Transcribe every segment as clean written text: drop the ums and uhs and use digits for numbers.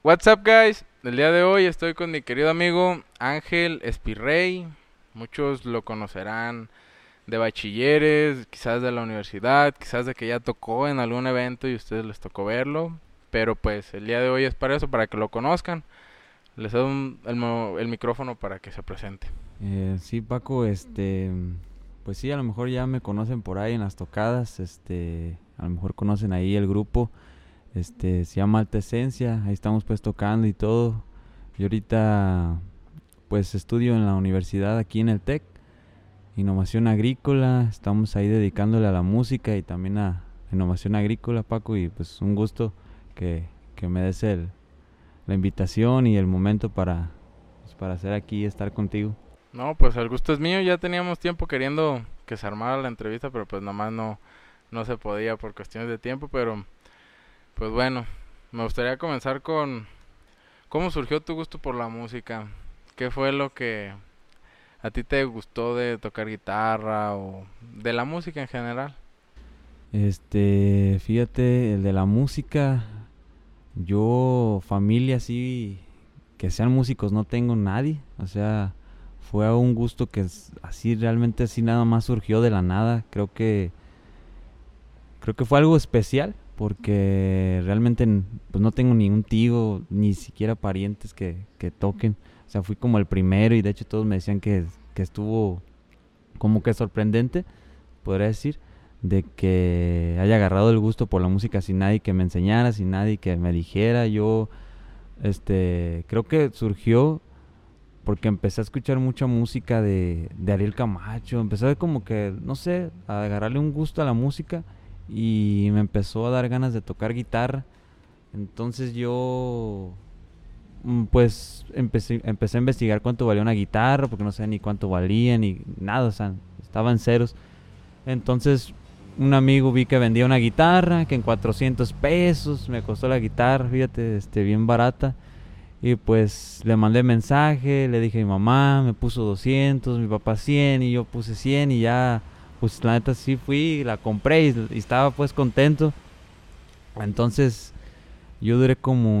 What's up, guys? El día de hoy estoy con mi querido amigo Ángel Espirrey. Muchos lo conocerán de bachilleres, quizás de la universidad, quizás de que ya tocó en algún evento y a ustedes les tocó verlo. Pero pues el día de hoy es para eso, para que lo conozcan. Les doy el micrófono para que se presente. Sí, Paco, pues sí, a lo mejor ya me conocen por ahí en las tocadas, a lo mejor conocen ahí el grupo, se llama Alta Esencia, ahí estamos pues tocando y todo. Yo ahorita pues estudio en la universidad aquí en el TEC, Innovación Agrícola, estamos ahí dedicándole a la música y también a innovación agrícola, Paco, y pues un gusto que, que me des la invitación y el momento para estar aquí y estar contigo. No, pues el gusto es mío. Ya teníamos tiempo queriendo que se armara la entrevista, pero pues nomás no se podía por cuestiones de tiempo. Pero pues bueno, me gustaría comenzar con cómo surgió tu gusto por la música. ¿Qué fue lo que a ti te gustó de tocar guitarra o de la música en general? Fíjate, el de la música, yo familia así, que sean músicos no tengo nadie, o sea, fue un gusto que así realmente así nada más surgió de la nada, creo que fue algo especial porque realmente pues no tengo ni un tío, ni siquiera parientes que toquen, o sea, fui como el primero y de hecho todos me decían que estuvo como que sorprendente, podría decir, de que haya agarrado el gusto por la música sin nadie que me enseñara, sin nadie que me dijera. Yo, creo que surgió porque empecé a escuchar mucha música de Ariel Camacho. Empecé como que, no sé, a agarrarle un gusto a la música y me empezó a dar ganas de tocar guitarra. Entonces yo, pues empecé a investigar cuánto valía una guitarra, porque no sabía ni cuánto valía, ni nada, o sea, estaba en ceros. Entonces, un amigo vi que vendía una guitarra, que en 400 pesos me costó la guitarra, fíjate, bien barata. Y pues le mandé mensaje, le dije a mi mamá, me puso 200, mi papá 100 y yo puse 100 y ya, pues la neta sí fui, la compré y estaba pues contento. Entonces yo duré como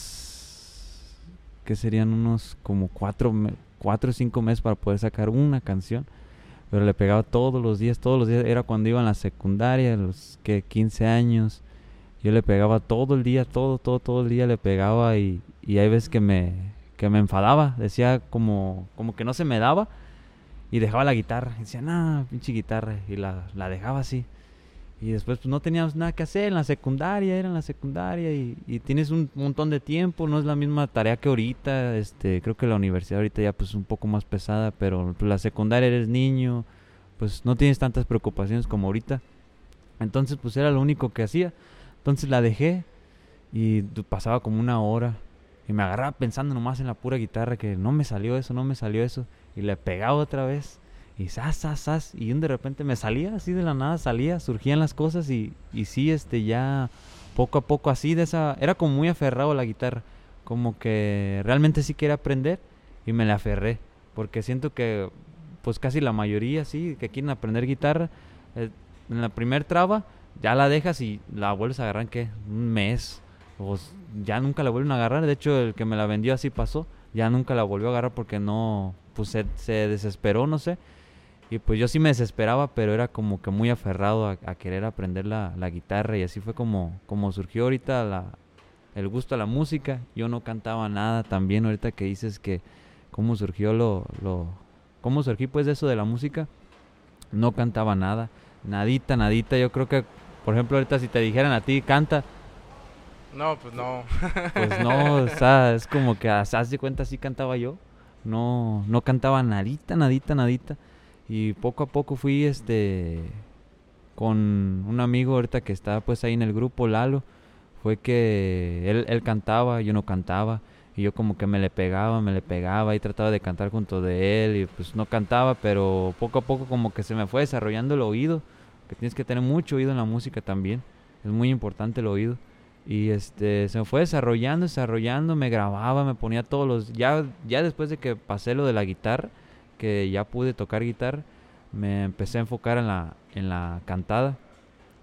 ¿qué serían? Unos como 4 o 5 meses para poder sacar una canción. Pero le pegaba todos los días. Era cuando iba en la secundaria, a los que 15 años. Yo le pegaba todo el día, todo el día le pegaba y hay veces que me enfadaba. Decía como que no se me daba y dejaba la guitarra. Y decía, nah, pinche guitarra. Y la dejaba así. Y después pues no teníamos nada que hacer en la secundaria, era en la secundaria y tienes un montón de tiempo, no es la misma tarea que ahorita, creo que la universidad ahorita ya pues un poco más pesada, pero pues, la secundaria eres niño, pues no tienes tantas preocupaciones como ahorita. Entonces pues era lo único que hacía. Entonces la dejé y pasaba como una hora y me agarraba pensando nomás en la pura guitarra que no me salió eso, no me salió eso y le pegaba otra vez y sas, y de repente me salía así de la nada, salía, surgían las cosas y sí, ya poco a poco así de esa, era como muy aferrado a la guitarra, como que realmente sí quería aprender y me la aferré, porque siento que pues casi la mayoría sí, que quieren aprender guitarra, en la primer traba ya la dejas y la vuelves a agarrar en qué, un mes, o ya nunca la vuelven a agarrar, de hecho el que me la vendió así pasó, ya nunca la volvió a agarrar porque no, pues se desesperó, no sé. Y pues yo sí me desesperaba, pero era como que muy aferrado a querer aprender la guitarra y así fue como surgió ahorita el gusto a la música. Yo no cantaba nada también ahorita que dices que cómo surgió cómo surgí pues de eso de la música. No cantaba nada, nadita. Yo creo que, por ejemplo, ahorita si te dijeran a ti canta, No, pues no. pues no, o sea, es como que haz de cuenta sí cantaba yo. No cantaba nadita. Y poco a poco fui con un amigo ahorita que estaba pues ahí en el grupo, Lalo. Fue que él cantaba, yo no cantaba. Y yo como que me le pegaba y trataba de cantar junto de él. Y pues no cantaba, pero poco a poco como que se me fue desarrollando el oído. Que tienes que tener mucho oído en la música también. Es muy importante el oído. Y se me fue desarrollando, me grababa, me ponía ya después de que pasé lo de la guitarra, que ya pude tocar guitarra, me empecé a enfocar en la cantada.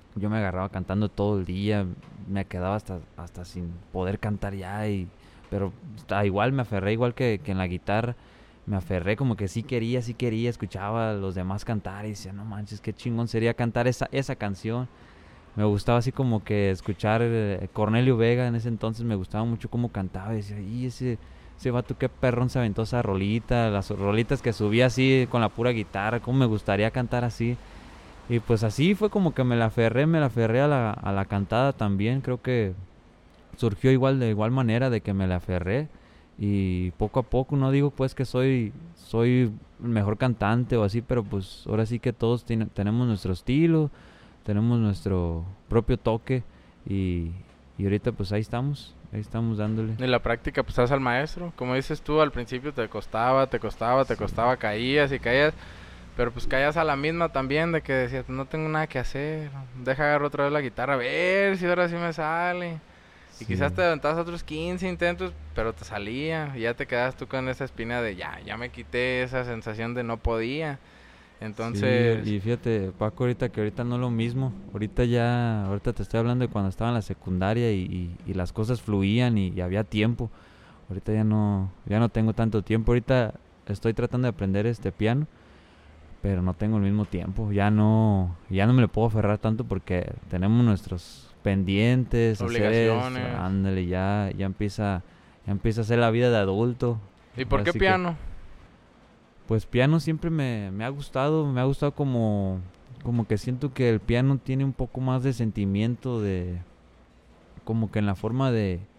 yo me agarraba cantando todo el día, me quedaba hasta sin poder cantar ya, pero igual me aferré, igual que en la guitarra, me aferré como que sí quería, escuchaba a los demás cantar y decía, no manches, qué chingón sería cantar esa canción. Me gustaba así como que escuchar Cornelio Vega en ese entonces, me gustaba mucho cómo cantaba y decía, y ese vato qué perrón se aventó esa rolita, las rolitas que subía así con la pura guitarra, cómo me gustaría cantar así. Y pues así fue como que me la aferré a la cantada también, creo que surgió de igual manera de que me la aferré y poco a poco, no digo pues que soy el mejor cantante o así, pero pues ahora sí que todos tenemos nuestro estilo, tenemos nuestro propio toque y, y ahorita pues ahí estamos dándole. En la práctica pues estás al maestro, como dices tú, al principio te costaba, caías y caías, pero pues caías a la misma también de que decías, no tengo nada que hacer, deja agarrar otra vez la guitarra, a ver si ahora sí me sale. Y quizás Sí, te aventabas otros 15 intentos, pero te salía. Y ya te quedas tú con esa espina de ya me quité esa sensación de no podía. sí, Entonces, y fíjate, Paco, ahorita no es lo mismo. Ahorita te estoy hablando de cuando estaba en la secundaria y las cosas fluían y había tiempo. Ahorita ya no tengo tanto tiempo. Ahorita estoy tratando de aprender este piano, pero no tengo el mismo tiempo. Ya no me le puedo aferrar tanto porque tenemos nuestros pendientes, hacer esto, obligaciones. ándale, ya empieza a ser la vida de adulto. ¿Y por Ahora qué sí que, piano? pues piano siempre me ha gustado como que siento que el piano tiene un poco más de sentimiento como que en la forma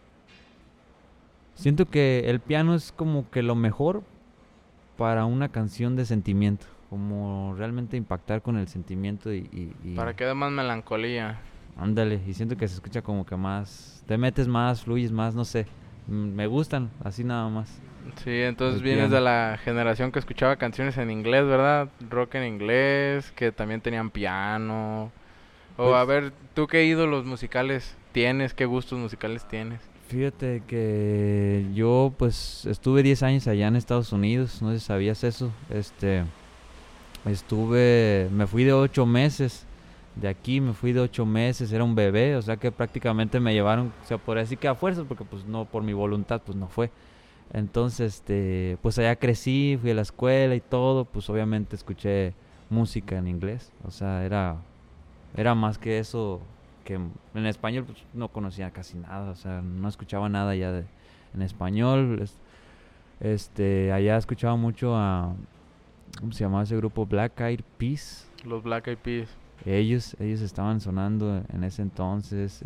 siento que el piano es como que lo mejor para una canción de sentimiento, como realmente impactar con el sentimiento Para que dé más melancolía. ándale, y siento que se escucha como que más, te metes más, fluyes más, no sé, me gustan, así nada más, Sí, entonces el vienes de piano. la generación que escuchaba canciones en inglés, ¿verdad? Rock en inglés, que también tenían piano. O a Pues ver, ¿tú qué ídolos musicales tienes? ¿Qué gustos musicales tienes? fíjate que yo pues estuve 10 años allá en Estados Unidos, no sé si sabías eso, me fui de 8 meses. De aquí me fui de 8 meses, era un bebé, o sea que prácticamente me llevaron, o sea, por así que a fuerzas, porque pues no, por mi voluntad, pues no fue. Entonces, pues allá crecí, fui a la escuela y todo, pues obviamente escuché música en inglés, o sea, era más que eso, que en español pues no conocía casi nada, o sea, no escuchaba nada ya en español, allá escuchaba mucho ¿cómo se llamaba ese grupo? Black Eyed Peas. Los Black Eyed Peas. Ellos estaban sonando en ese entonces,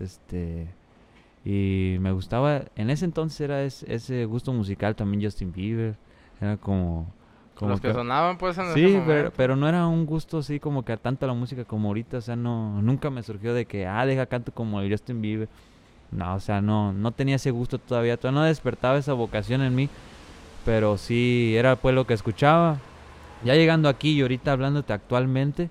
y me gustaba, en ese entonces era ese gusto musical también Justin Bieber, era como Los que que, sonaban pues en ese sí, pero, momento. pero no era un gusto así como que a tanto la música como ahorita, o sea, no, nunca me surgió de que, deja canto como el Justin Bieber, no, o sea, no tenía ese gusto todavía no despertaba esa vocación en mí, pero sí, era pues lo que escuchaba, ya llegando aquí y ahorita hablándote actualmente,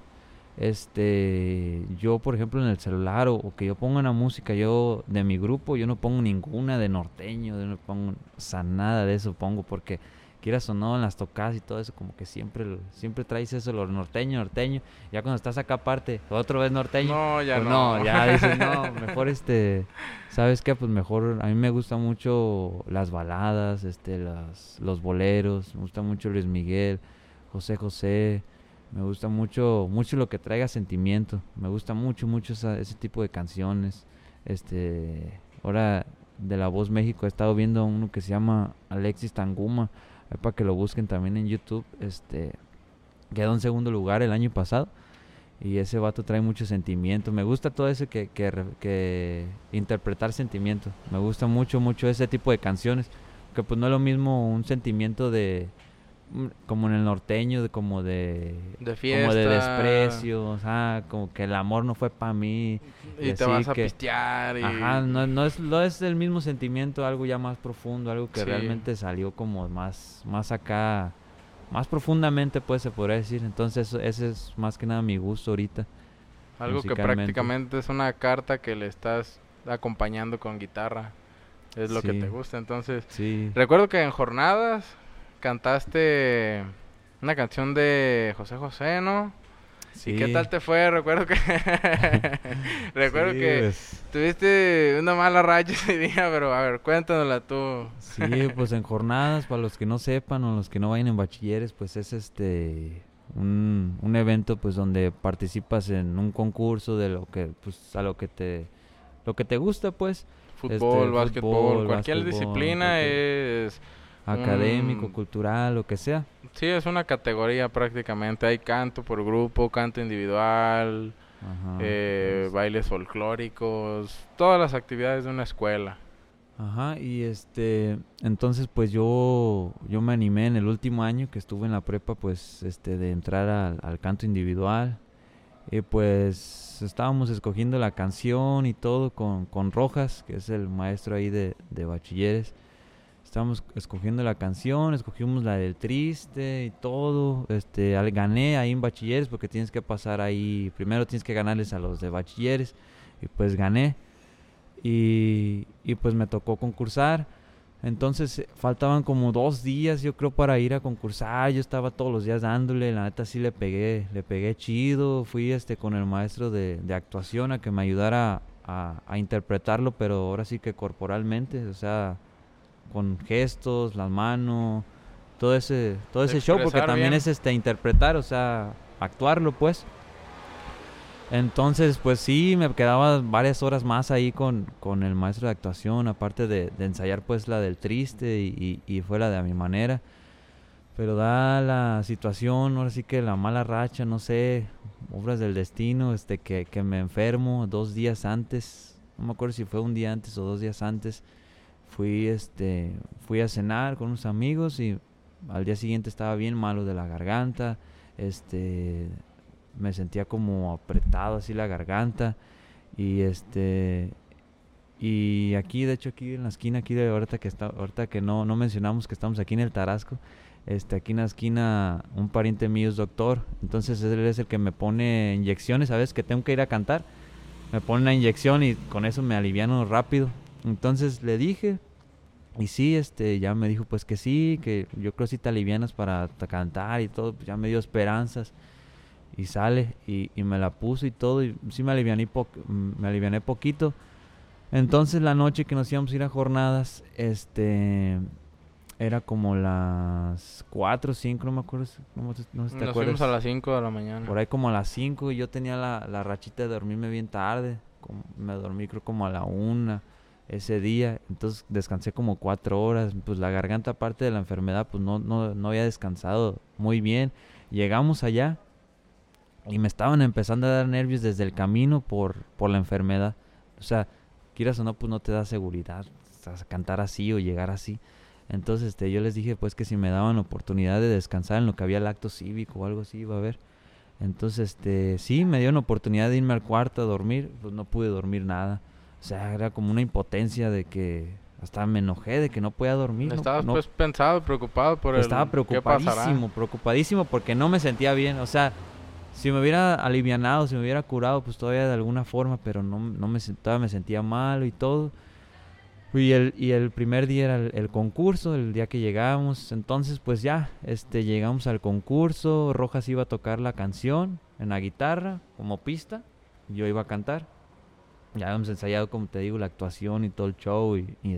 yo por ejemplo en el celular o que yo ponga una música yo de mi grupo, yo no pongo ninguna de norteño, yo no pongo, o sea, nada de eso pongo porque quieras o no en las tocadas y todo eso como que siempre traes eso, lo norteño, ya cuando estás acá aparte, otra vez norteño, No, ya pues no. no, ya dices, no, mejor ¿sabes qué? Pues mejor, a mí me gustan mucho las baladas, los boleros, me gusta mucho Luis Miguel, José José, me gusta mucho lo que traiga sentimiento. Me gusta mucho ese tipo de canciones. Ahora de La Voz México he estado viendo uno que se llama Alexis Tanguma. Para que lo busquen también en YouTube. Quedó en segundo lugar el año pasado. Y ese vato trae mucho sentimiento. Me gusta todo eso que interpretar sentimiento. Me gusta mucho ese tipo de canciones. Que pues no es lo mismo un sentimiento como en el norteño, De como de fiesta. desprecio, o sea, como que el amor no fue para mí, y Y te así vas a que, pistear ajá, y... no es el mismo sentimiento, algo ya más profundo, algo que Sí. realmente salió como más acá, más profundamente, pues se podría decir. Entonces, ese es más que nada mi gusto ahorita, Algo que musicalmente. prácticamente es una carta que le estás acompañando con guitarra. Es lo que te Sí, gusta. Entonces, sí, recuerdo que en jornadas cantaste una canción de José José, ¿no? ¿Y qué Sí. tal te fue? Recuerdo que recuerdo Sí, que pues, tuviste una mala racha ese día, pero a ver, cuéntanosla tú. sí, pues en jornadas, para los que no sepan o los que no vayan en bachilleres, pues es un evento pues donde participas en un concurso de lo que pues lo que te gusta pues, Fútbol, básquetbol, fútbol, cualquier básquetbol, disciplina cualquier es académico, un... cultural, lo que sea. Sí, es una categoría prácticamente. Hay canto por grupo, canto individual, Ajá. bailes folclóricos, todas las actividades de una escuela. Ajá, y entonces pues yo me animé en el último año que estuve en la prepa, pues de entrar al canto individual. Y pues estábamos escogiendo la canción y todo con Rojas, que es el maestro ahí de bachilleres. Estábamos escogiendo la canción, escogimos la del triste y todo. Gané ahí en bachilleres porque tienes que pasar ahí, primero tienes que ganarles a los de bachilleres y pues gané. Y pues me tocó concursar. Entonces faltaban como 2 días yo creo para ir a concursar. Yo estaba todos los días dándole, la neta sí le pegué chido. Fui con el maestro de actuación a que me ayudara a interpretarlo, pero ahora sí que corporalmente, o sea, con gestos, las manos, todo De ese show, porque expresar también bien. es interpretar, o sea, actuarlo pues. Entonces, pues sí, me quedaba varias horas más ahí con el maestro de actuación, aparte de ensayar pues la del triste y fue la de a mi manera. Pero da la situación, ahora sí que la mala racha, no sé, obras del destino, que me enfermo 2 días antes, no me acuerdo si fue un día antes o 2 días antes, fui a cenar con unos amigos y al día siguiente estaba bien malo de la garganta, este, me sentía como apretado así la garganta y y aquí de hecho aquí en la esquina aquí de ahorita que no mencionamos que estamos aquí en el Tarasco, aquí en la esquina un pariente mío es doctor, entonces él es el que me pone inyecciones, sabes que tengo que ir a cantar, me pone una inyección y con eso me aliviano rápido. Entonces le dije y sí, ya me dijo pues que sí, que yo creo que sí te alivianas para cantar y todo, pues ya me dio esperanzas y sale y me la puso y todo y sí me aliviané poquito. Entonces la noche que nos íbamos a ir a jornadas, era como las 4 o 5, no me acuerdo, no sé si te Nos fuimos a acuerdas, las 5 de la mañana. por ahí como a las 5 y yo tenía la rachita de dormirme bien tarde, me dormí creo como a la 1 ese día, entonces descansé como 4 horas, pues la garganta aparte de la enfermedad pues no había descansado muy bien. Llegamos allá y me estaban empezando a dar nervios desde el camino por la enfermedad. O sea, quieras o no, pues no te da seguridad, o sea, cantar así o llegar así. Entonces, yo les dije pues que si me daban oportunidad de descansar en lo que había el acto cívico o algo así iba a haber. Entonces, sí, me dieron oportunidad de irme al cuarto a dormir, pues no pude dormir nada. O sea, era como una impotencia de que hasta me enojé de que no podía dormir, Estabas pues pensado, preocupado por estaba el qué pasará. preocupadísimo porque no me sentía bien. O sea, si me hubiera alivianado, si me hubiera curado, pues todavía de alguna forma, pero todavía me sentía mal y todo. Y el primer día era el concurso, el día que llegamos. Entonces, pues ya, llegamos al concurso. Rojas iba a tocar la canción en la guitarra, como pista. Yo iba a cantar. Ya habíamos ensayado, como te digo, la actuación y todo el show.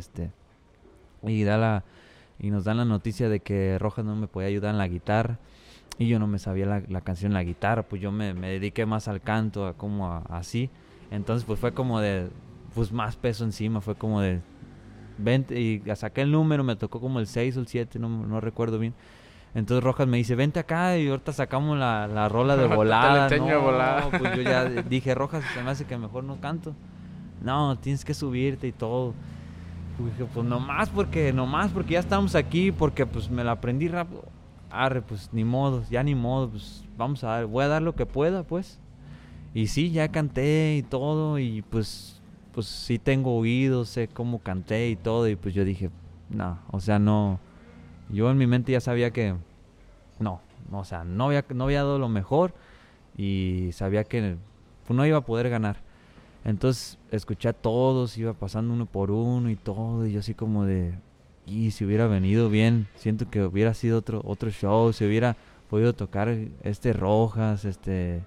Y nos dan la noticia de que Rojas no me podía ayudar en la guitarra. Y yo no me sabía la canción en la guitarra, pues yo me dediqué más al canto, así. Entonces pues fue como de, pues más peso encima, fue como de 20 y saqué el número, me tocó como el 6 o el 7, no recuerdo bien. Entonces Rojas me dice, vente acá y ahorita sacamos la rola de Ahorita te la volada. enseño de volada. No, pues yo ya dije, Rojas, se me hace que mejor no canto. No, tienes que subirte y todo. Y dije, pues nomás porque ya estamos aquí, porque pues me la aprendí rápido. Arre, pues ni modo, ya ni modo, pues voy a dar lo que pueda, pues. Y sí, ya canté y todo, y pues sí tengo oídos, sé cómo canté y todo, y pues yo dije, no, o sea, no. Yo en mi mente ya sabía que, no, o sea, no había dado lo mejor, y sabía que pues, no iba a poder ganar. Entonces escuché a todos, iba pasando uno por uno y todo, y yo así como de, y si hubiera venido bien, siento que hubiera sido otro show, si hubiera podido tocar Rojas,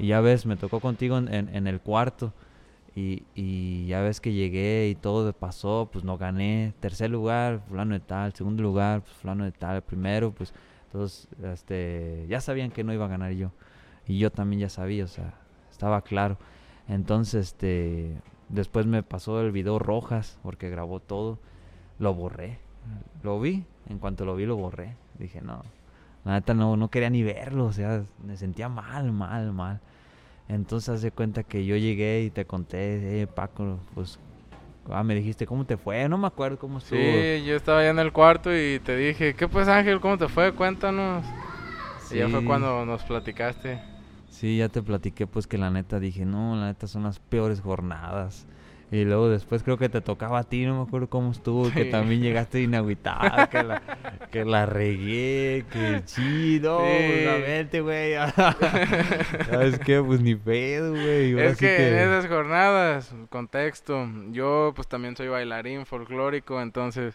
Y ya ves, me tocó contigo en el cuarto. Y ya ves que llegué y todo pasó, pues no gané. Tercer lugar, fulano de tal. Segundo lugar, pues fulano de tal. Primero, pues todos ya sabían que no iba a ganar yo. Y yo también ya sabía, o sea, estaba claro. Entonces, después me pasó el video Rojas, porque grabó todo. Lo borré. Lo vi, en cuanto lo vi lo borré. Dije, no, la neta no quería ni verlo, o sea, me sentía mal. Entonces haz de cuenta que yo llegué y te conté, Paco, pues, me dijiste, ¿cómo te fue? No me acuerdo cómo estuvo. Sí, yo estaba allá en el cuarto y te dije, ¿qué pues Ángel? ¿Cómo te fue? Cuéntanos. Sí. Y ya fue cuando nos platicaste. Sí, ya te platiqué pues que la neta dije, no, la neta son las peores jornadas. Y luego después creo que te tocaba a ti, no me acuerdo cómo estuvo, Sí. que también llegaste inagüitado, que la regué, que chido, Sí. pues a verte, güey. ¿Sabes qué? Pues ni pedo, güey. Es que en esas jornadas, contexto, yo pues también soy bailarín folclórico, entonces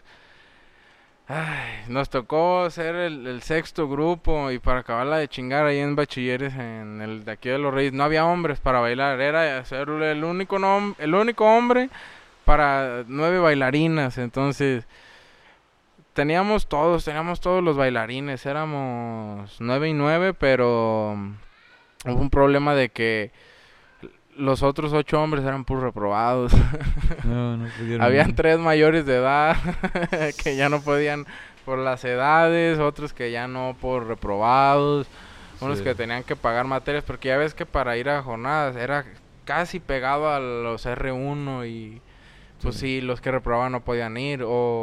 nos tocó ser el sexto grupo y para acabarla de chingar ahí en bachilleres en el de aquí de Los Reyes no había hombres para bailar, era ser el único el único hombre para 9 bailarinas, entonces teníamos todos los bailarines, éramos 9 y 9, pero hubo un problema de que los otros 8 hombres eran puros reprobados. No pudieron. Habían 3 mayores de edad que ya no podían por las edades, otros que ya no por reprobados, unos Sí. que tenían que pagar materias, porque ya ves que para ir a jornadas era casi pegado a los R1 y pues sí, los que reprobaban no podían ir,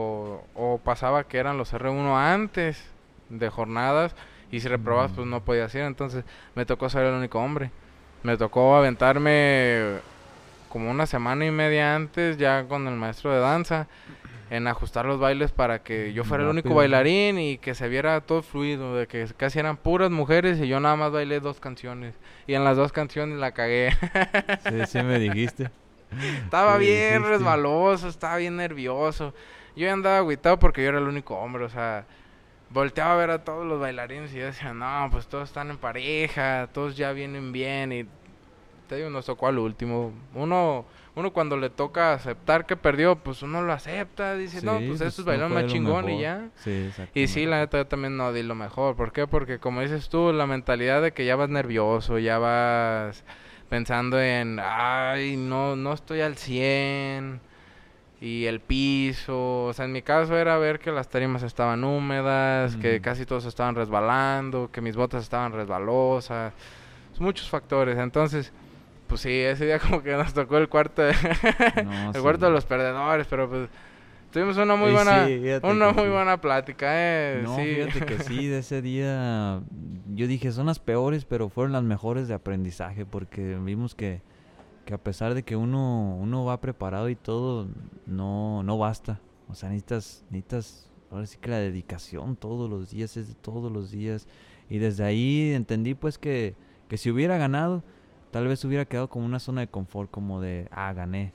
o pasaba que eran los R1 antes de jornadas y si reprobabas pues no podías ir, entonces me tocó ser el único hombre. Me tocó aventarme como una semana y media antes ya con el maestro de danza en ajustar los bailes para que yo fuera el único Rápido. bailarín y que se viera todo fluido, de que casi eran puras mujeres y yo nada más bailé 2 canciones y en las 2 canciones la cagué. Sí, me dijiste. Estaba Sí, bien dijiste. resbaloso, estaba bien nervioso. Yo ya andaba agüitado porque yo era el único hombre, o sea, volteaba a ver a todos los bailarines y yo decía, no, pues todos están en pareja, todos ya vienen bien y te digo, nos tocó al último. Uno cuando le toca aceptar que perdió, pues uno lo acepta, dice, Sí, no, pues estos no bailaron fue más lo chingón y mejor. ya. Sí, exacto. Y sí, la neta yo también no di lo mejor. ¿Por qué? Porque como dices tú, la mentalidad de que ya vas nervioso, ya vas pensando en, ay, no estoy al 100 y el piso, o sea, en mi caso era ver que las tarimas estaban húmedas, que casi todos estaban resbalando, que mis botas estaban resbalosas, muchos factores, entonces, pues sí, ese día como que nos tocó el cuarto de No, el cuarto de los perdedores, pero pues tuvimos una muy Sí, buena fíjate una que muy sí. buena plática, No, sí. fíjate que sí, de ese día yo dije son las peores, pero fueron las mejores de aprendizaje porque vimos que a pesar de que uno va preparado y todo, no basta. O sea, necesitas, ahora sí que la dedicación todos los días, es de todos los días. Y desde ahí entendí pues que si hubiera ganado, tal vez hubiera quedado como una zona de confort, como de, gané.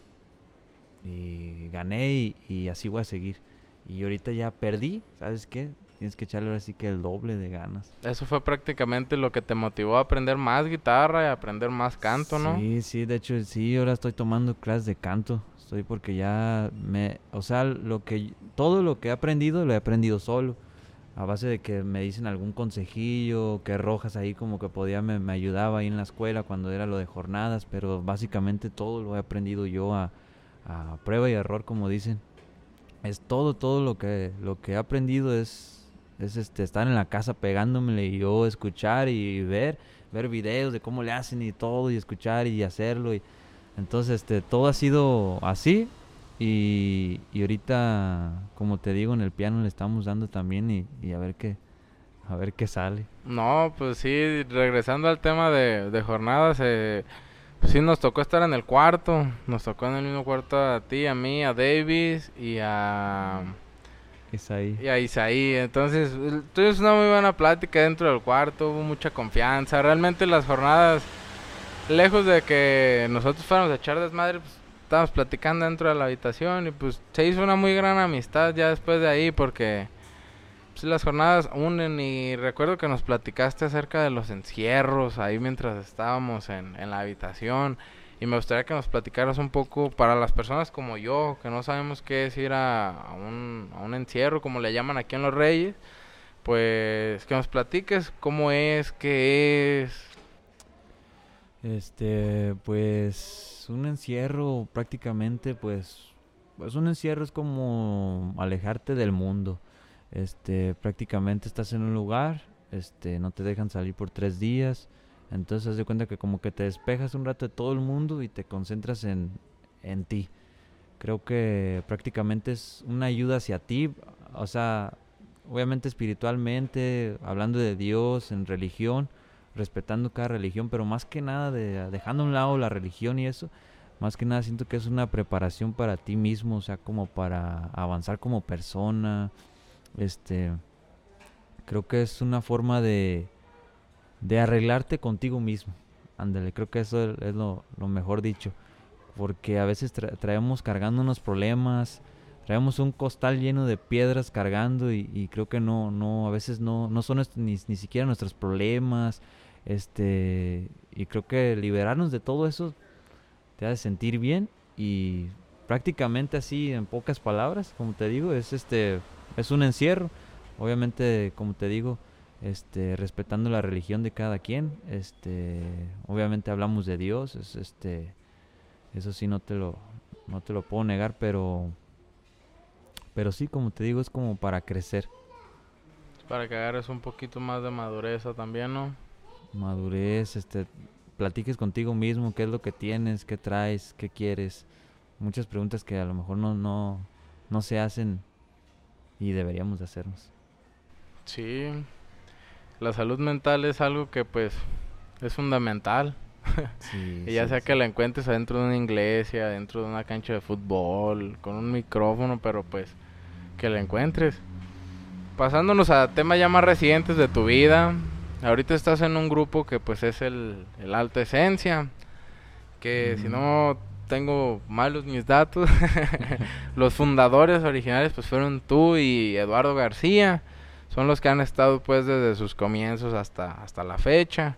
Y gané y así voy a seguir. Y ahorita ya perdí, ¿sabes qué? Tienes que echarle ahora sí que el doble de ganas. Eso fue prácticamente lo que te motivó a aprender más guitarra y a aprender más canto, ¿no? Sí, de hecho sí, ahora estoy tomando clases de canto. Estoy porque ya o sea, todo lo que he aprendido lo he aprendido solo. A base de que me dicen algún consejillo, que Rojas ahí como que me ayudaba ahí en la escuela cuando era lo de jornadas, pero básicamente todo lo he aprendido yo a prueba y error, como dicen. Es todo lo que he aprendido es estar en la casa pegándomele y yo escuchar y ver videos de cómo le hacen y todo y escuchar y hacerlo y entonces todo ha sido así y ahorita como te digo en el piano le estamos dando también y a ver qué sale. No, pues sí, regresando al tema de jornadas, pues sí nos tocó estar en el cuarto, nos tocó en el mismo cuarto a ti, a mí, a Davis y a Isaí, entonces tuvimos una muy buena plática dentro del cuarto, hubo mucha confianza, realmente las jornadas, lejos de que nosotros fuéramos a echar desmadre, pues estábamos platicando dentro de la habitación y pues se hizo una muy gran amistad ya después de ahí porque pues las jornadas unen y recuerdo que nos platicaste acerca de los encierros ahí mientras estábamos en la habitación y me gustaría que nos platicaras un poco para las personas como yo que no sabemos qué es ir a un encierro como le llaman aquí en Los Reyes, pues que nos platiques cómo es, qué es. Pues un encierro prácticamente, pues un encierro es como alejarte del mundo. Prácticamente estás en un lugar, no te dejan salir por 3 días, entonces haz de cuenta que como que te despejas un rato de todo el mundo y te concentras en ti. Creo que prácticamente es una ayuda hacia ti, o sea, obviamente espiritualmente, hablando de Dios, en religión, respetando cada religión, pero más que nada dejando a un lado la religión y eso, más que nada siento que es una preparación para ti mismo, o sea, como para avanzar como persona. este Creo que es una forma de arreglarte contigo mismo. Ándale, creo que eso es lo mejor dicho, porque a veces traemos cargando unos problemas, traemos un costal lleno de piedras cargando y creo que a veces no son ni siquiera nuestros problemas. Y creo que liberarnos de todo eso te hace sentir bien y prácticamente así en pocas palabras, como te digo, es un encierro. Obviamente, como te digo, respetando la religión de cada quien. Obviamente hablamos de Dios, eso sí no te lo puedo negar, pero sí, como te digo, es como para crecer. Para que agarres un poquito más de madurez también, ¿no? Madurez, platiques contigo mismo, qué es lo que tienes, qué traes, qué quieres. Muchas preguntas que a lo mejor no se hacen y deberíamos de hacernos. Sí, la salud mental es algo que pues es fundamental. Sí, Y ya sí, sea que sí. la encuentres adentro de una iglesia, adentro de una cancha de fútbol, con un micrófono, pero pues que la encuentres. Pasándonos a temas ya más recientes de tu vida. Ahorita estás en un grupo que pues es el Alta Esencia, que si Ujú. no tengo malos mis datos, los fundadores originales pues fueron tú y Eduardo García. Son los que han estado pues desde sus comienzos hasta la fecha.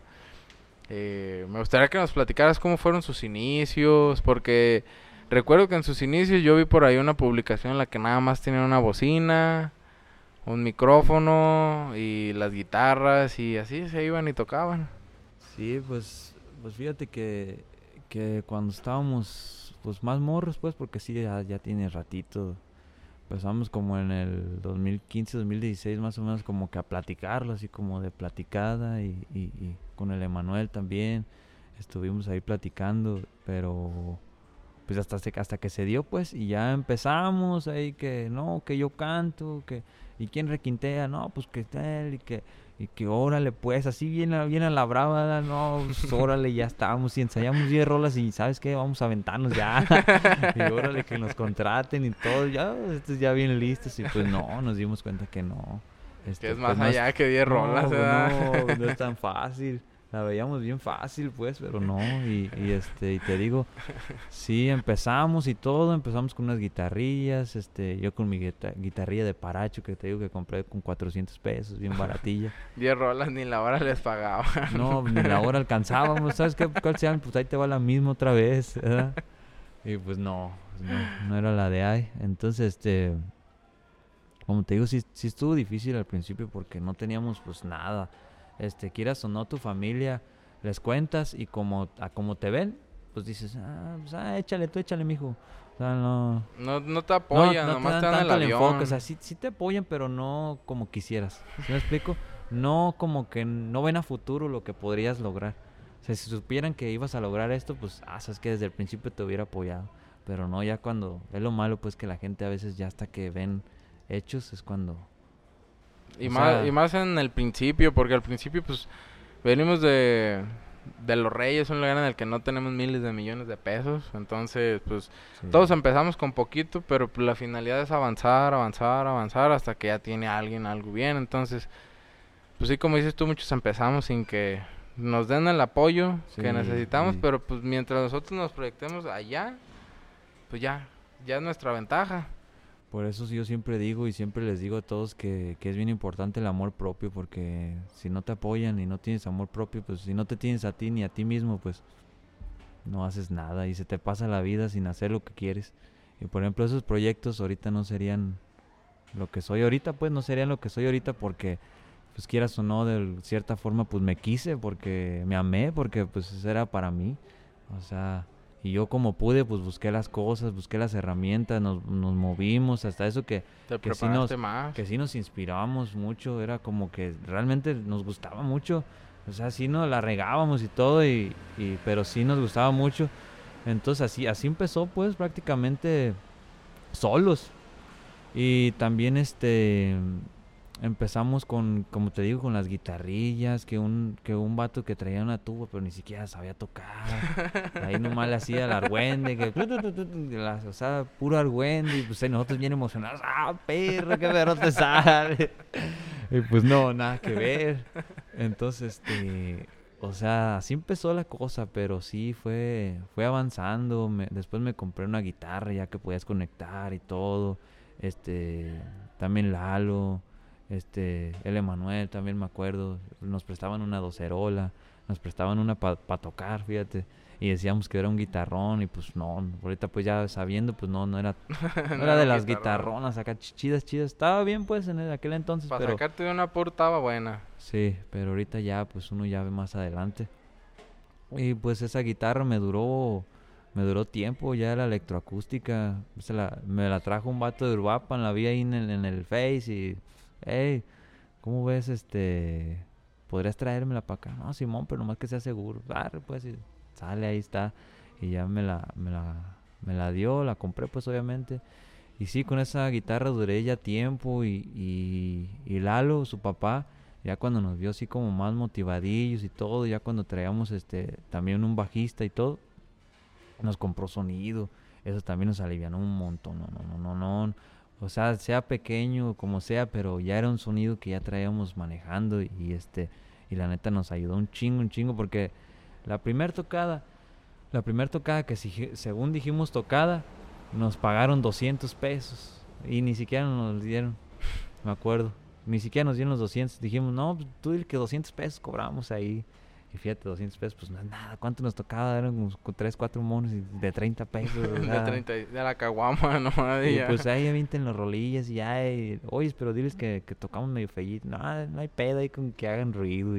Me gustaría que nos platicaras cómo fueron sus inicios, porque recuerdo que en sus inicios yo vi por ahí una publicación en la que nada más tenían una bocina, un micrófono y las guitarras y así se iban y tocaban. Sí, pues fíjate que cuando estábamos pues más morros, pues porque sí, ya tiene ratito. Empezamos como en el 2015, 2016 más o menos como que a platicarlo, así como de platicada y con el Emanuel también. Estuvimos ahí platicando, pero pues hasta que se dio pues y ya empezamos ahí que no, que yo canto, que y quién requintea, no, pues que tal y que órale pues, así bien a la brava, no, pues órale, ya estábamos y ensayamos 10 rolas y ¿sabes qué? Vamos a aventarnos ya. Y órale que nos contraten y todo, ya estos ya bien listos y pues no, nos dimos cuenta que no. Que es Pues más allá que 10 rolas, pues ¿verdad? no es tan fácil. La veíamos bien fácil, pues, pero no. Y te digo, sí, empezamos con unas guitarrillas, yo con mi guitarrilla de Paracho que te digo que compré con 400 pesos, bien baratilla. 10 rolas ni la hora les pagaba. No, ni la hora alcanzábamos, ¿sabes qué? ¿Cuál se llama? Pues ahí te va la misma otra vez, ¿verdad? Y pues no era la de ahí. Entonces, como te digo, sí estuvo difícil al principio porque no teníamos pues nada. Quieras o no, tu familia les cuentas y como te ven, pues dices, pues, échale, tú échale, mijo. O sea, no, No te no, apoyan, no te nomás te dan dan el tanto el enfoque. O sea, avión. sí te apoyan, pero no como quisieras. ¿Sí me explico? No como que no ven a futuro lo que podrías lograr. O sea, si supieran que ibas a lograr esto, pues, sabes que desde el principio te hubiera apoyado. Pero no, ya cuando es lo malo, pues que la gente a veces ya hasta que ven hechos es cuando, Y o más, y sea, más en el principio, porque al principio pues venimos de Los Reyes, un lugar en el que no tenemos miles de millones de pesos. Entonces, pues sí, todos empezamos con poquito, pero pues, la finalidad es avanzar, avanzar, avanzar hasta que ya tiene alguien algo bien. Entonces, pues sí, como dices tú, muchos empezamos sin que nos den el apoyo que sí, necesitamos, pero pues mientras nosotros nos proyectemos allá, pues ya es nuestra ventaja. Por eso sí yo siempre digo y siempre les digo a todos que es bien importante el amor propio, porque si no te apoyan y no tienes amor propio, pues si no te tienes a ti ni a ti mismo, pues no haces nada y se te pasa la vida sin hacer lo que quieres. Y por ejemplo, esos proyectos ahorita no serían lo que soy ahorita, pues no serían lo que soy ahorita porque, pues quieras o no, de cierta forma, pues me quise, porque me amé, porque pues eso era para mí. O sea, y yo como pude, pues busqué las cosas, busqué las herramientas, nos movimos, hasta eso Te que preparaste más. que sí nos inspirábamos mucho, era como que realmente nos gustaba mucho. O sea, sí nos la regábamos y todo, pero sí nos gustaba mucho. Entonces así empezó pues prácticamente solos. Y también empezamos con, como te digo, con las guitarrillas, que un vato que traía una tuba, pero ni siquiera sabía tocar. Ahí nomás le hacía el argüende, o sea, puro argüende, y pues nosotros bien emocionados, ¡ah, perro, qué perro te sale! Y pues no, nada que ver. Entonces, o sea, así empezó la cosa, pero sí fue avanzando. Después me compré una guitarra ya que podías conectar y todo. Este, también Lalo, el Emanuel también me acuerdo, nos prestaban una docerola, nos prestaban una para tocar, fíjate, y decíamos que era un guitarrón y pues no, ahorita pues ya sabiendo pues no era no No era era de un las guitarrón. guitarronas acá chidas, estaba bien pues en aquel entonces, Para pero sacarte de una portaba buena. sí, pero ahorita ya pues uno ya ve más adelante. Y pues esa guitarra me duró tiempo, ya la electroacústica, me la trajo un vato de Uruapan, la vi ahí en el Face y, hey, ¿cómo ves podrías traérmela para acá? No, Simón, pero nomás que sea seguro. Arre, pues, y sale, ahí está. Y ya me la dio, la compré pues obviamente. Y sí, con esa guitarra duré ya tiempo y Lalo, su papá, ya cuando nos vio así como más motivadillos y todo, ya cuando traíamos también un bajista y todo, nos compró sonido. Eso también nos alivianó un montón. No, no, no, no, no. O sea pequeño como sea, pero ya era un sonido que ya traíamos manejando y la neta nos ayudó un chingo porque la primera tocada, que según dijimos tocada, nos pagaron 200 pesos y ni siquiera nos dieron, me acuerdo. Ni siquiera nos dieron los 200. Dijimos, no, pues tú dile que 200 pesos cobramos ahí. Y fíjate, 200 pesos, pues no es nada. ¿Cuánto nos tocaba? Eran unos 3, 4 monos de 30 pesos. O De sea, 30 de la caguama, no y ya. pues ahí avienten los rolillas y ya. Oye, pero diles que tocamos medio feíto. No, no hay pedo ahí con que hagan ruido.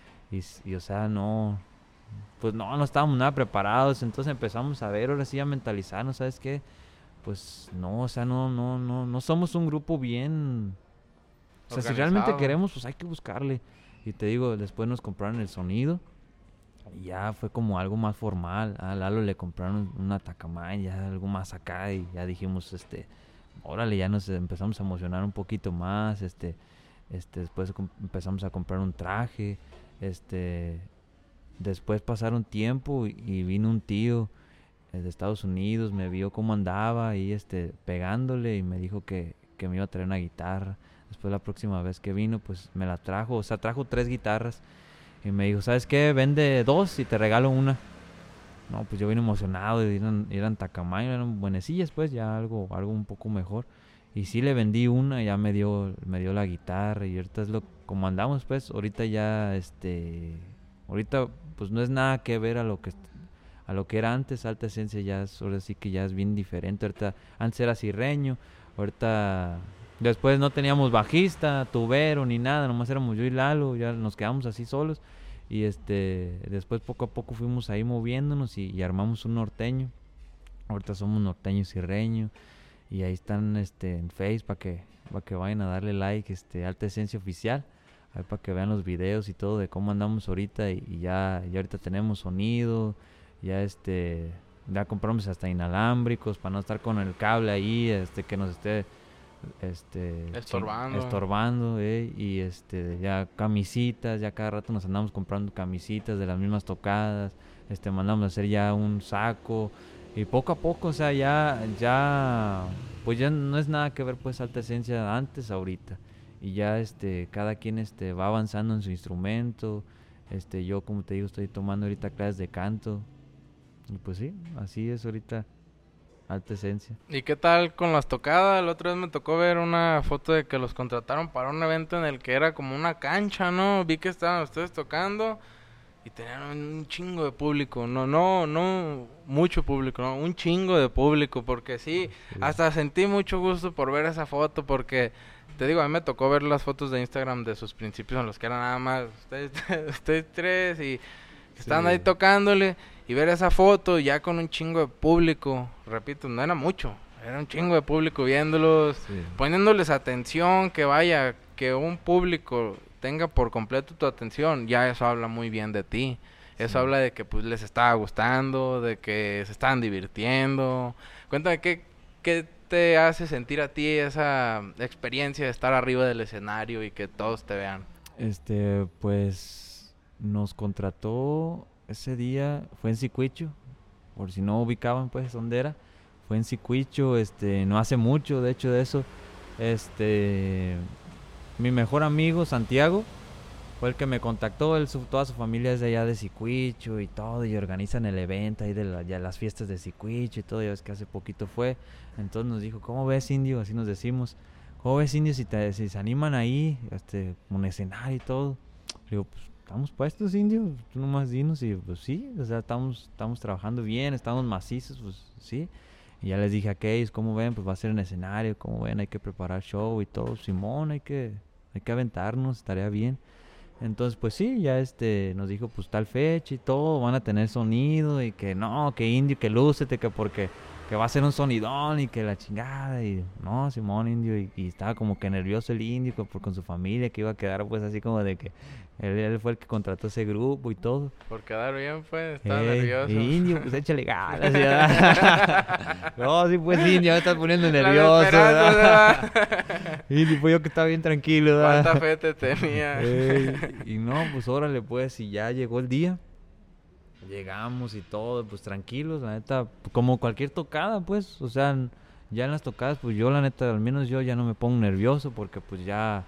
O sea, no. Pues no estábamos nada preparados. Entonces empezamos a ver, ahora sí a mentalizarnos, ¿sabes qué? Pues no, o sea, no somos un grupo bien. O sea, si realmente Organizado. queremos, pues hay que buscarle. Y te digo, después nos compraron el sonido. Y ya fue como algo más formal. A Lalo le compraron una Takamine, ya algo más acá. Y ya dijimos, órale, ya nos empezamos a emocionar un poquito más. Después empezamos a comprar un traje. Después pasaron tiempo y vino un tío de Estados Unidos, me vio cómo andaba y pegándole y me dijo que me iba a traer una guitarra. Después la próxima vez que vino, pues me la trajo, o sea, trajo 3 guitarras y me dijo, ¿sabes qué? Vende 2 y te regalo una. No, pues yo vine emocionado, y eran Takamine, eran buenecillas, pues ya algo un poco mejor. Y sí le vendí una, ya me dio la guitarra y ahorita es como andamos, pues, ahorita ya, ahorita pues no es nada que ver a lo que era antes. Alta Esencia ya ahora sí que ya es bien diferente. Ahorita, antes era Cirreño, ahorita después no teníamos bajista, tubero ni nada, nomás éramos yo y Lalo, ya nos quedamos así solos. Y después poco a poco fuimos ahí moviéndonos y armamos un norteño. Ahorita somos Norteño Cirreño y ahí están en Face para que vayan a darle like, Alta Esencia Oficial. Ahí para que vean los videos y todo de cómo andamos ahorita y ya ahorita tenemos sonido, ya ya compramos hasta inalámbricos para no estar con el cable ahí, que nos esté Estorbando. estorbando, y ya camisitas, ya cada rato nos andamos comprando camisitas de las mismas tocadas, mandamos a hacer ya un saco y poco a poco, o sea, ya pues ya no es nada que ver pues Alta Esencia antes ahorita y ya cada quien va avanzando en su instrumento. Yo como te digo estoy tomando ahorita clases de canto y pues sí, así es ahorita alta esencia. ¿Y qué tal con las tocadas? La otra vez me tocó ver una foto de que los contrataron para un evento en el que era como una cancha, ¿no? Vi que estaban ustedes tocando y tenían un chingo de público. No mucho público, ¿no? Un chingo de público, porque sí, hasta sentí mucho gusto por ver esa foto, porque te digo, a mí me tocó ver las fotos de Instagram de sus principios en los que eran nada más ustedes tres y estaban ahí tocándole. Y ver esa foto ya con un chingo de público, repito, no era mucho, era un chingo de público viéndolos, poniéndoles atención, que vaya, que un público tenga por completo tu atención, ya eso habla muy bien de ti. Eso habla de que pues les estaba gustando, de que se estaban divirtiendo. Cuéntame, ¿qué te hace sentir a ti esa experiencia de estar arriba del escenario y que todos te vean? Pues nos contrató ese día, fue en Zicuicho, por si no ubicaban pues dónde era, fue en Zicuicho, no hace mucho de hecho de eso, mi mejor amigo Santiago fue el que me contactó, toda su familia es de allá de Zicuicho y todo, y organizan el evento ahí de ya las fiestas de Zicuicho y todo, ya ves que hace poquito fue, entonces nos dijo, ¿cómo ves, indio? Así nos decimos, ¿cómo ves, indio, si se animan ahí, un escenario y todo? Le digo, pues estamos puestos, indio, tú nomás dinos, y pues sí, o sea, estamos trabajando bien, estamos macizos, pues sí. Y ya les dije a aquellos, ¿cómo ven? Pues va a ser en escenario, ¿cómo ven? Hay que preparar show y todo, Simón, hay que aventarnos, estaría bien. Entonces, pues sí, ya nos dijo pues tal fecha y todo, van a tener sonido y que no, que indio, que lúcete, que porque que va a ser un sonidón y que la chingada y no, Simón, indio, y estaba como que nervioso el indio con su familia, que iba a quedar pues así como de que él fue el que contrató ese grupo y todo. Por quedar bien, pues, estaba nervioso. Indio, pues échale ganas. No, sí, pues indio, me estás poniendo nervioso. Indio, pues yo que estaba bien tranquilo. ¿Cuánta fe te tenía? Y no, pues órale, pues, y ya llegó el día. Llegamos y todo, pues tranquilos, la neta, como cualquier tocada, pues, o sea, ya en las tocadas, pues yo la neta, al menos yo ya no me pongo nervioso porque pues ya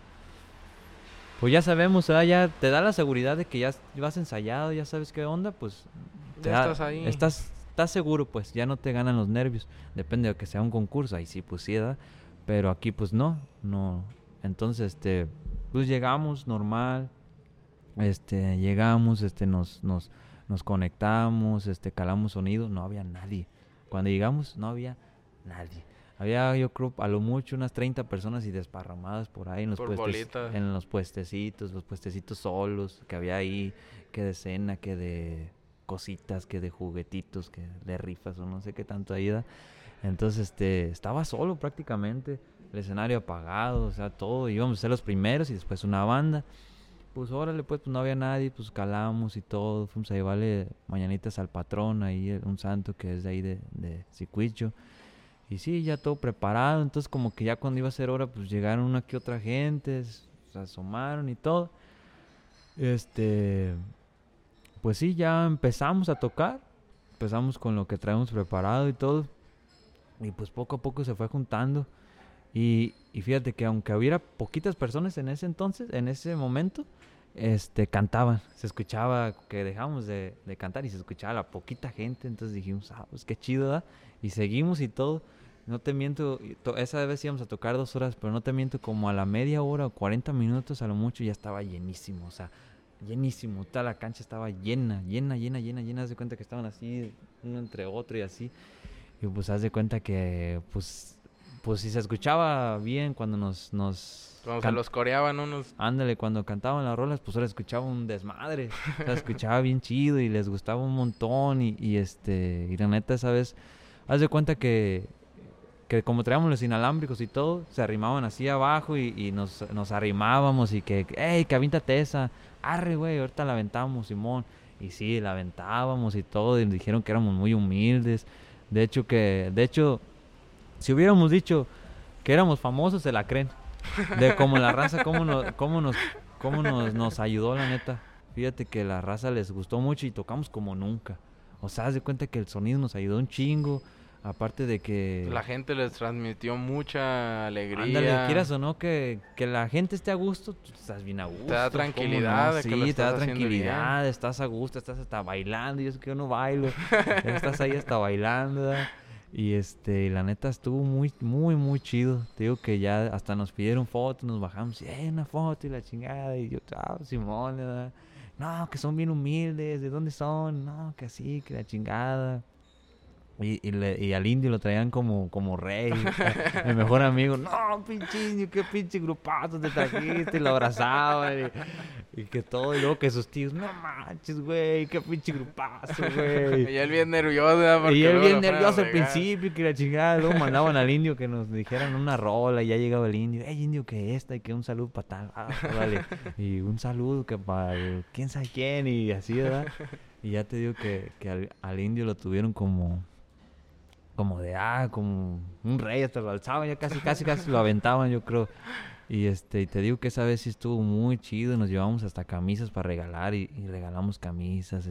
sabemos, ¿verdad? Ya te da la seguridad de que ya vas ensayado, ya sabes qué onda, pues ya estás ahí. Estás seguro, pues, ya no te ganan los nervios, depende de que sea un concurso, ahí sí, pues sí, ¿verdad? Pero aquí pues no, entonces, pues llegamos normal, llegamos, nos conectamos, calamos sonido, no había nadie. Cuando llegamos no había nadie. Había, yo creo, a lo mucho unas 30 personas y desparramadas por ahí en los puestecitos solos que había ahí, que de cena, que de cositas, que de juguetitos, que de rifas o no sé qué tanto ahí da. Entonces, estaba solo prácticamente, el escenario apagado, o sea, todo. Íbamos a ser los primeros y después una banda. Pues órale, pues no había nadie, pues calamos y todo, fuimos a llevarle mañanitas al patrón, ahí un santo que es de ahí de Zicuicho, y sí, ya todo preparado, entonces como que ya cuando iba a ser hora, pues llegaron una que otra gente, se asomaron y todo, pues sí, ya empezamos a tocar, empezamos con lo que traemos preparado y todo, y pues poco a poco se fue juntando, y fíjate que aunque hubiera poquitas personas en ese entonces, en ese momento, cantaban, se escuchaba que dejamos de cantar y se escuchaba la poquita gente, entonces dijimos, pues qué chido, ¿verdad? Y seguimos y todo, no te miento, esa vez íbamos a tocar 2 horas, pero no te miento, como a la media hora o 40 minutos a lo mucho ya estaba llenísimo, o sea, llenísimo, toda la cancha estaba llena, haz de cuenta que estaban así, uno entre otro y así, y pues haz de cuenta que, pues si se escuchaba bien cuando cuando se los coreaban unos. Ándale, cuando cantaban las rolas, pues ahora escuchaba un desmadre. O sea, escuchaba bien chido y les gustaba un montón. Y la neta, esa vez, haz de cuenta que como traíamos los inalámbricos y todo, se arrimaban así abajo y nos arrimábamos y hey, que avíntate esa. Arre, güey, ahorita la aventamos, Simón. Y sí, la aventábamos y todo. Y nos dijeron que éramos muy humildes. De hecho, si hubiéramos dicho que éramos famosos, se la creen. De como la raza, cómo nos ayudó, la neta. Fíjate que la raza les gustó mucho y tocamos como nunca. O sea, haz de cuenta que el sonido nos ayudó un chingo. Aparte de que la gente les transmitió mucha alegría. Ándale, quieras o no, que la gente esté a gusto, tú estás bien a gusto. Te da tranquilidad. No? Sí, te da tranquilidad, estás a gusto, estás hasta bailando. Y eso que yo no bailo. Estás ahí hasta bailando, ¿verdad? Y la neta estuvo muy, muy, muy chido. Te digo que ya hasta nos pidieron fotos, nos bajamos, una foto y la chingada. Y yo, Simón, ¿verdad? No, que son bien humildes, ¿de dónde son? No, que así, que la chingada. Y al indio lo traían como rey, el mejor amigo. No, pinche indio, qué pinche grupazo te trajiste. Y lo abrazaban. Y que todo, y luego que sus tíos, no manches, güey, qué pinche grupazo, güey. Y él bien nervioso, ¿verdad? Y él luego bien lo fueron a nervioso al pegar. principio, que la chingada. Luego mandaban al indio que nos dijeran una rola y ya llegaba el indio. Indio, que esta y que un saludo para tal. Órale. Y un saludo que para quién sabe quién y así, ¿verdad? Y ya te digo que al indio lo tuvieron como como un rey, hasta lo alzaban, ya casi lo aventaban, yo creo. Y te digo que esa vez sí estuvo muy chido, nos llevamos hasta camisas para regalar y regalamos camisas,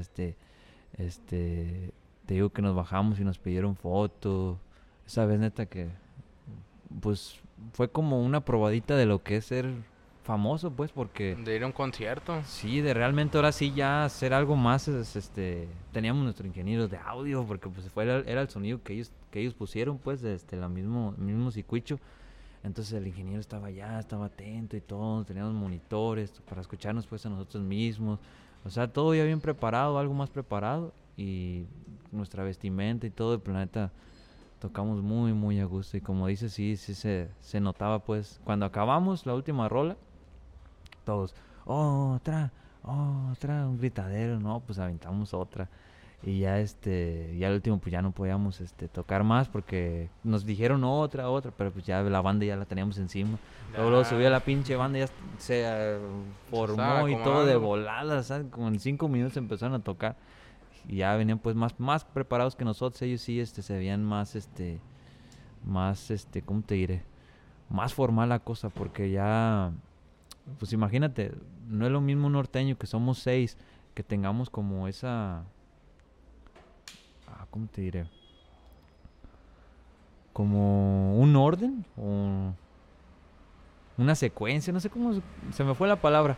te digo que nos bajamos y nos pidieron foto. Esa vez neta que pues fue como una probadita de lo que es ser famoso, pues, porque De ir a un concierto. sí, de realmente ahora sí ya hacer algo más, teníamos nuestro ingeniero de audio, porque pues era el sonido que ellos pusieron, pues, el mismo circuito. Entonces el ingeniero estaba allá, estaba atento y todo, teníamos monitores para escucharnos pues a nosotros mismos. O sea, todo ya bien preparado, algo más preparado, y nuestra vestimenta y todo, el planeta tocamos muy, muy a gusto. Y como dices, sí se notaba pues, cuando acabamos la última rola, todos, otra, un gritadero, no, pues aventamos otra. Y ya al último pues ya no podíamos tocar más porque nos dijeron otra, pero pues ya la banda ya la teníamos encima. Luego subía la pinche banda, ya se formó y todo de volada, ¿sabes? Como en 5 minutos empezaron a tocar. Y ya venían pues más preparados que nosotros. Ellos sí se veían más, ¿cómo te diré? Más formal la cosa, porque ya, pues imagínate, no es lo mismo un norteño que somos 6, que tengamos como esa, ¿cómo te diré? Como un orden o una secuencia, no sé cómo se me fue la palabra.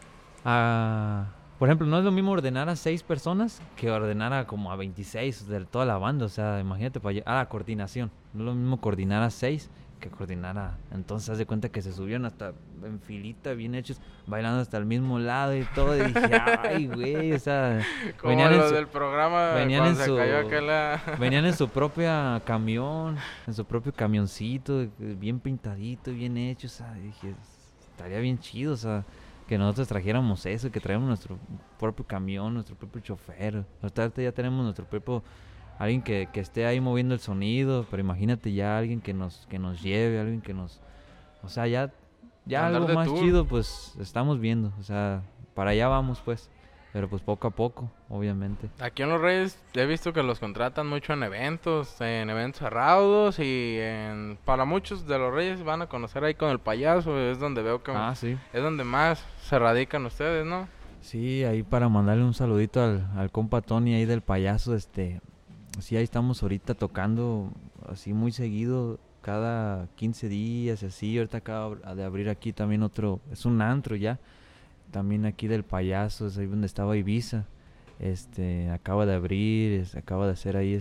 Por ejemplo, no es lo mismo ordenar a 6 personas que ordenar a como a 26 de toda la banda. O sea, imagínate, la coordinación. No es lo mismo coordinar a 6 que coordinar a... Entonces, haz de cuenta que se subieron hasta en filita, bien hechos, bailando hasta el mismo lado y todo. Y dije, ay, güey, o sea... Como los del programa venían cuando se cayó aquella... Venían en su propia camión, en su propio camioncito, bien pintadito, bien hecho. O sea, dije, estaría bien chido, o sea... Que nosotros trajéramos eso, que traíamos nuestro propio camión, nuestro propio chofer. Ahorita ya tenemos nuestro propio... Alguien que esté ahí moviendo el sonido, pero imagínate ya alguien que nos lleve, alguien que nos... O sea, ya algo más tour. Chido, pues estamos viendo. O sea, para allá vamos, pues. Pero pues poco a poco, obviamente. Aquí en Los Reyes he visto que los contratan mucho en eventos cerrados y para muchos de Los Reyes van a conocer ahí con el payaso, es donde veo que sí. Es donde más se radican ustedes, ¿no? Sí, ahí para mandarle un saludito al compa Tony ahí del payaso, sí, ahí estamos ahorita tocando así muy seguido, cada 15 días, así. Ahorita acaba de abrir aquí también otro, es un antro ya. También aquí del payaso, es ahí donde estaba Ibiza. Acaba de abrir, acaba de hacer ahí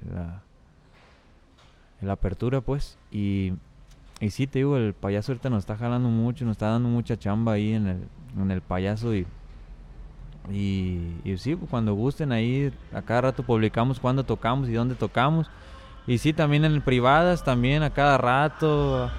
la apertura, pues. Y sí, te digo, el payaso ahorita nos está jalando mucho, nos está dando mucha chamba ahí en el payaso. Y sí, pues cuando gusten ahí, a cada rato publicamos cuándo tocamos y dónde tocamos. Y sí, también en privadas, también a cada rato.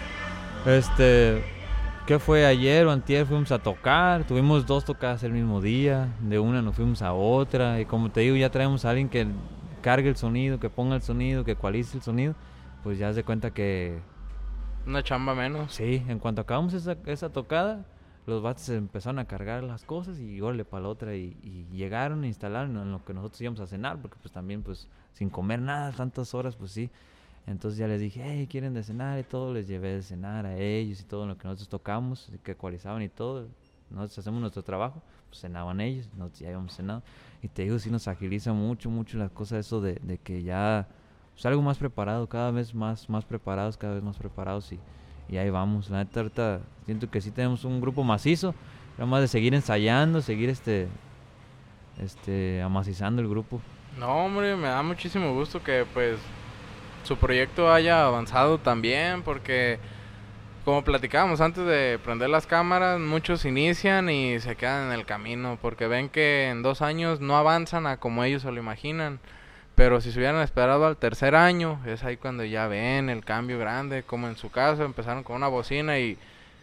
¿Qué fue ayer o antier? Fuimos a tocar, tuvimos 2 tocadas el mismo día, de una nos fuimos a otra, y como te digo, ya traemos a alguien que cargue el sonido, que ponga el sonido, que ecualice el sonido, pues ya se cuenta que... Una chamba menos. Sí, en cuanto acabamos esa tocada, los vatos empezaron a cargar las cosas y órale para la otra, y llegaron e instalaron en lo que nosotros íbamos a cenar, porque pues también pues sin comer nada, tantas horas, pues sí. Entonces ya les dije, hey, ¿quieren de cenar? Y todo, les llevé de cenar a ellos y todo lo que nosotros tocamos, que ecualizaban y todo. Nosotros hacemos nuestro trabajo, pues cenaban ellos, nosotros ya habíamos cenado. Y te digo, sí nos agiliza mucho las cosas, eso de que ya, pues algo más preparado, cada vez más preparados, y ahí vamos. La neta, ahorita siento que sí tenemos un grupo macizo, nada más de seguir ensayando, seguir amacizando el grupo. No, hombre, me da muchísimo gusto que pues su proyecto haya avanzado también, porque como platicábamos antes de prender las cámaras, muchos inician y se quedan en el camino porque ven que en 2 años no avanzan a como ellos se lo imaginan. Pero si se hubieran esperado al tercer año, es ahí cuando ya ven el cambio grande, como en su caso empezaron con una bocina y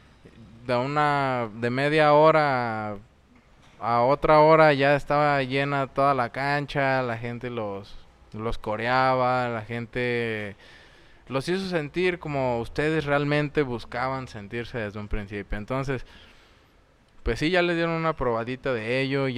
de media hora a otra hora ya estaba llena toda la cancha, la gente los coreaba, la gente los hizo sentir como ustedes realmente buscaban sentirse desde un principio. Entonces, pues sí, ya les dieron una probadita de ello,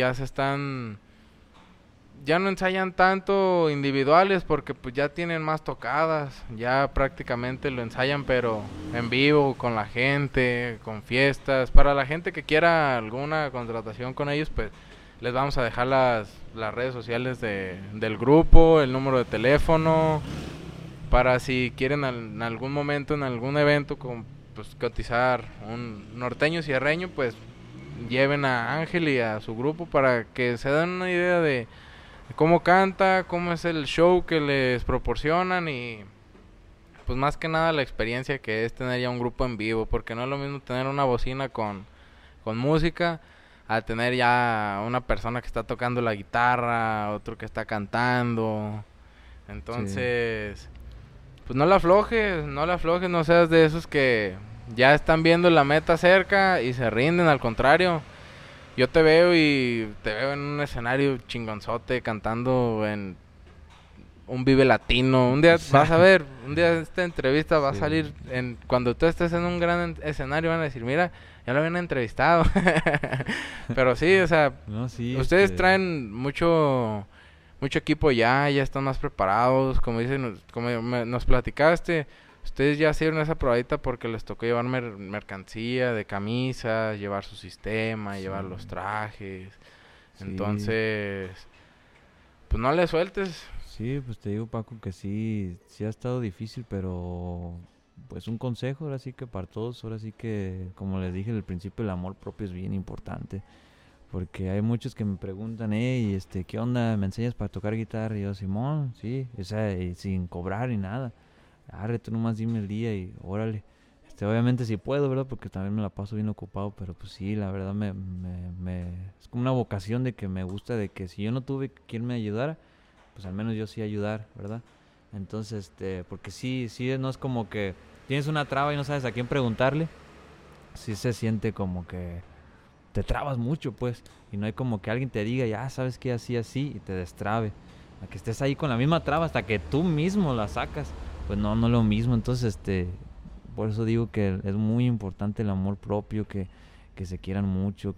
ya no ensayan tanto individuales porque pues ya tienen más tocadas, ya prácticamente lo ensayan pero en vivo, con la gente, con fiestas. Para la gente que quiera alguna contratación con ellos, pues les vamos a dejar las redes sociales del grupo, el número de teléfono, para si quieren en algún momento, en algún evento, pues cotizar un norteño cierreño, pues lleven a Ángel y a su grupo para que se den una idea de cómo canta, cómo es el show que les proporcionan y pues más que nada la experiencia que es tener ya un grupo en vivo, porque no es lo mismo tener una bocina con música a tener ya una persona que está tocando la guitarra, otro que está cantando. Sí. Entonces, pues no la aflojes, no seas de esos que ya están viendo la meta cerca y se rinden, al contrario. Yo te veo y te veo en un escenario chingonzote cantando en un Vive Latino. Un día vas a ver, un día esta entrevista va a Sí. salir cuando tú estés en un gran escenario van a decir, mira, ya lo habían entrevistado. Pero sí, o sea, No, sí, ustedes traen mucho equipo ya están más preparados, como dicen, nos platicaste. Ustedes ya hicieron esa probadita porque les tocó llevar mercancía de camisas, llevar su sistema, sí, llevar los trajes. sí, Entonces, pues no le sueltes. sí, pues te digo, Paco, que sí, sí ha estado difícil, pero pues un consejo ahora sí que para todos, ahora sí que, como les dije al principio, el amor propio es bien importante, porque hay muchos que me preguntan, hey, ¿qué onda? ¿Me enseñas para tocar guitarra? Y yo, Simón, sí, o sea, y sin cobrar ni nada. Arre, tú nomás dime el día y órale. Obviamente si puedo, ¿verdad? Porque también me la paso bien ocupado, pero pues sí, la verdad es como una vocación de que me gusta, de que si yo no tuve quien me ayudara, pues al menos yo sí ayudar, ¿verdad? Entonces, porque sí, sí, no es como que tienes una traba y no sabes a quién preguntarle, sí se siente como que te trabas mucho, pues, y no hay como que alguien te diga, ya sabes que así, así, y te destrabe. A que estés ahí con la misma traba hasta que tú mismo la sacas, pues no, no es lo mismo. Entonces, por eso digo que es muy importante el amor propio, que se quieran mucho,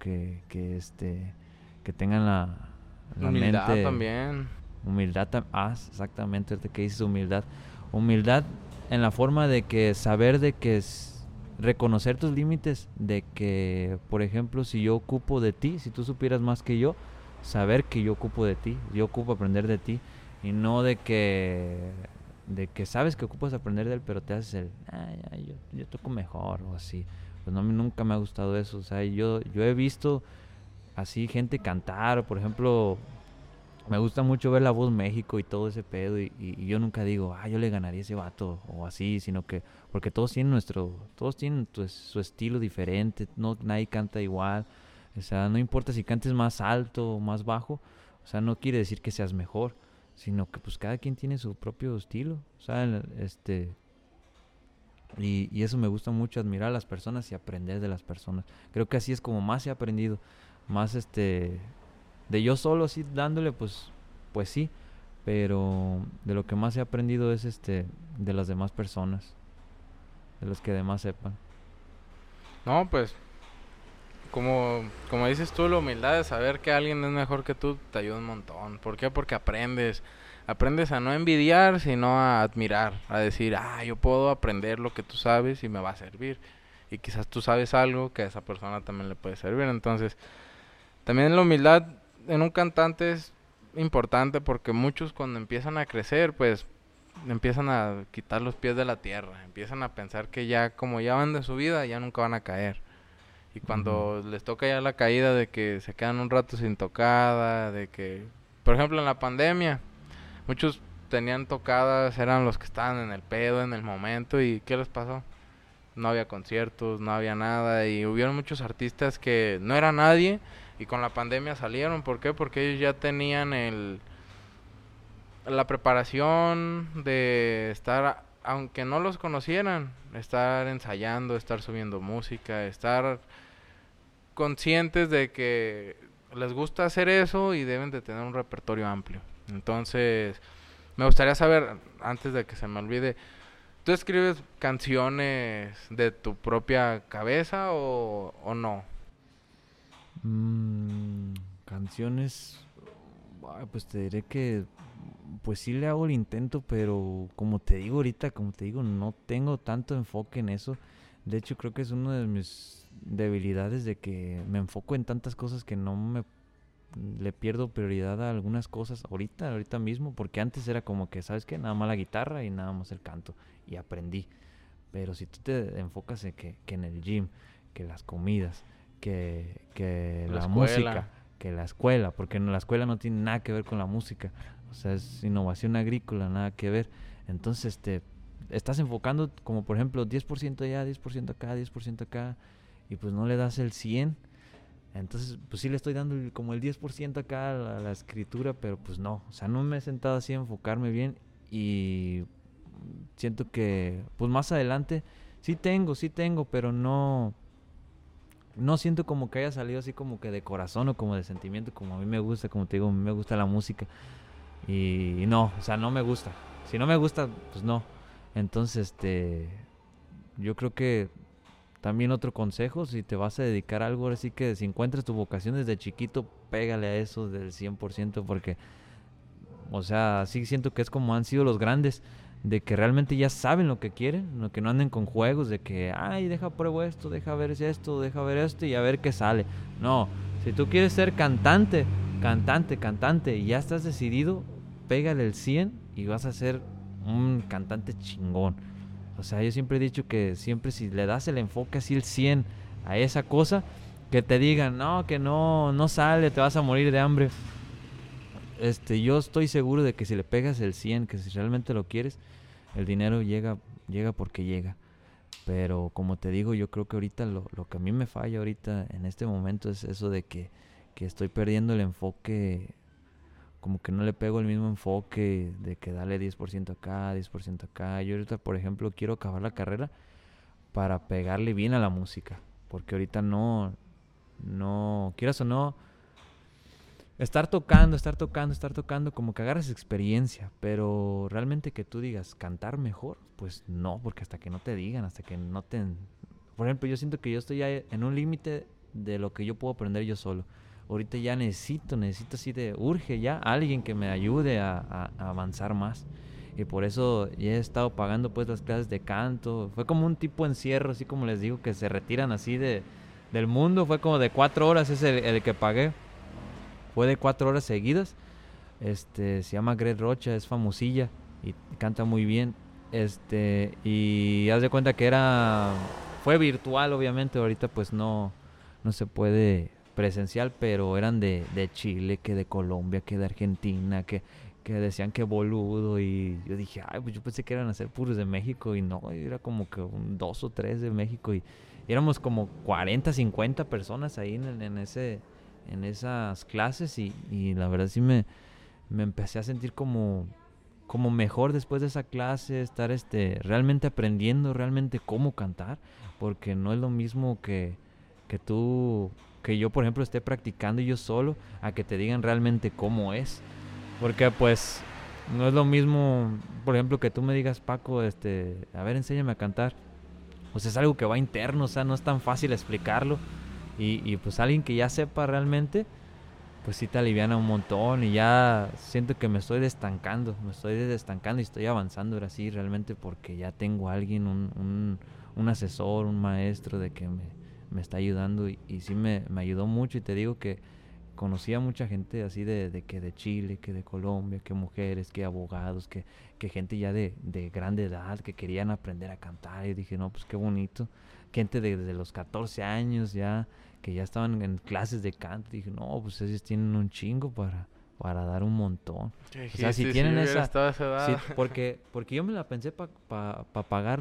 que tengan la Humildad mente, también. humildad, exactamente, ahorita que dices humildad, humildad en la forma de que saber de que reconocer tus límites, de que, por ejemplo, si yo ocupo de ti, si tú supieras más que yo, saber que yo ocupo de ti, yo ocupo aprender de ti, y no de que sabes que ocupas aprender de él, pero te haces yo toco mejor o así. Pues no, a mí nunca me ha gustado eso. O sea, yo he visto así gente cantar, por ejemplo, me gusta mucho ver La Voz México y todo ese pedo, y yo nunca digo, yo le ganaría a ese vato o así, sino que porque todos tienen su estilo diferente, no nadie canta igual. O sea, no importa si cantes más alto o más bajo, o sea, no quiere decir que seas mejor, sino que pues cada quien tiene su propio estilo. O sea, y eso me gusta mucho, admirar a las personas y aprender de las personas. Creo que así es como más he aprendido, más de yo solo así dándole, pues sí, pero de lo que más he aprendido es de las demás personas, de los que además sepan. No, pues como dices tú, la humildad de saber que alguien es mejor que tú te ayuda un montón. ¿Por qué? Porque aprendes a no envidiar, sino a admirar, a decir, yo puedo aprender lo que tú sabes y me va a servir. Y quizás tú sabes algo que a esa persona también le puede servir. Entonces, también la humildad en un cantante es importante porque muchos cuando empiezan a crecer, pues empiezan a quitar los pies de la tierra, empiezan a pensar que ya como ya van de su vida, ya nunca van a caer. Y Ujú. cuando les toca ya la caída de que se quedan un rato sin tocada, de que, por ejemplo, en la pandemia, muchos tenían tocadas eran los que estaban en el pedo, en el momento. ¿Y qué les pasó? No había conciertos, no había nada. Y hubieron muchos artistas que no era nadie y con la pandemia salieron. ¿Por qué? Porque ellos ya tenían la preparación de estar, aunque no los conocieran, estar ensayando, estar subiendo música, estar conscientes de que les gusta hacer eso y deben de tener un repertorio amplio. Entonces, me gustaría saber, antes de que se me olvide, ¿tú escribes canciones de tu propia cabeza o no? Canciones, pues te diré que pues sí le hago el intento, pero como te digo ahorita, como te digo, no tengo tanto enfoque en eso. De hecho, creo que es una de mis debilidades de que me enfoco en tantas cosas que no me le pierdo prioridad a algunas cosas ahorita mismo, porque antes era como que, ¿sabes qué? Nada más la guitarra y nada más el canto y aprendí. Pero si tú te enfocas en que en el gym, que las comidas, que La la escuela. música, que la escuela, porque en la escuela no tiene nada que ver con la música, o sea, es innovación agrícola, nada que ver. Entonces, estás enfocando como por ejemplo 10% allá, 10% acá, 10% acá, y pues no le das el 100. Entonces, pues sí le estoy dando como el 10% acá a la escritura, pero pues no, o sea, no me he sentado así a enfocarme bien y siento que pues más adelante sí tengo, pero no siento como que haya salido así como que de corazón o como de sentimiento, como a mí me gusta, como te digo, a mí me gusta la música y no, o sea, no me gusta. Si no me gusta, pues no. Entonces, yo creo que también otro consejo, si te vas a dedicar a algo, ahora sí que si encuentras tu vocación desde chiquito, pégale a eso del 100% porque, o sea, sí siento que es como han sido los grandes, de que realmente ya saben lo que quieren, lo que no anden con juegos de que, ay, deja pruebo esto, deja ver esto y a ver qué sale. No, si tú quieres ser cantante y ya estás decidido, pégale el 100 y vas a ser un cantante chingón. O sea, yo siempre he dicho que siempre si le das el enfoque así el 100 a esa cosa, que te digan, no, que no sale, te vas a morir de hambre. Yo estoy seguro de que si le pegas el 100, que si realmente lo quieres, el dinero llega porque llega. Pero como te digo, yo creo que ahorita lo que a mí me falla ahorita en este momento es eso de que estoy perdiendo el enfoque, como que no le pego el mismo enfoque de que dale 10% acá, 10% acá. Yo ahorita, por ejemplo, quiero acabar la carrera para pegarle bien a la música, porque ahorita no, quieras o no, estar tocando, como que agarres experiencia, pero realmente que tú digas cantar mejor, pues no, porque hasta que no te digan, hasta que no te... Por ejemplo, yo siento que yo estoy ya en un límite de lo que yo puedo aprender yo solo. Ahorita ya necesito así de urge ya alguien que me ayude a avanzar más. Y por eso ya he estado pagando pues las clases de canto. Fue como un tipo encierro, así como les digo, que se retiran así del mundo. Fue como de 4 horas, es el que pagué. Fue de 4 horas seguidas. Se llama Greg Rocha, es famosilla y canta muy bien. Y haz de cuenta que fue virtual, obviamente. Ahorita pues no se puede presencial, pero eran de Chile, que de Colombia, que de Argentina, que decían que boludo. Y yo dije, ay, pues yo pensé que eran a ser puros de México y no, era como que dos o tres de México y éramos como 40 50 personas ahí en esas clases y la verdad sí me empecé a sentir como mejor después de esa clase, estar realmente aprendiendo realmente cómo cantar, porque no es lo mismo que tú, que yo por ejemplo esté practicando yo solo, a que te digan realmente cómo es, porque pues no es lo mismo, por ejemplo, que tú me digas, Paco, a ver, enséñame a cantar, pues es algo que va interno, o sea, no es tan fácil explicarlo, y pues alguien que ya sepa realmente, pues sí te aliviana un montón y ya siento que me estoy estancando y estoy avanzando ahora sí realmente porque ya tengo a alguien, un asesor, un maestro de que me está ayudando y sí me ayudó mucho y te digo que conocí a mucha gente así de que de Chile, que de Colombia, que mujeres, que abogados, que gente ya de grande edad que querían aprender a cantar y dije, no, pues qué bonito. Gente desde los 14 años ya, que ya estaban en clases de canto. Dije, no, pues ellos tienen un chingo para dar un montón. ¿Qué O sea, si dijiste tienen hubiera esa... estado a esa edad? Sí, porque yo me la pensé para pagar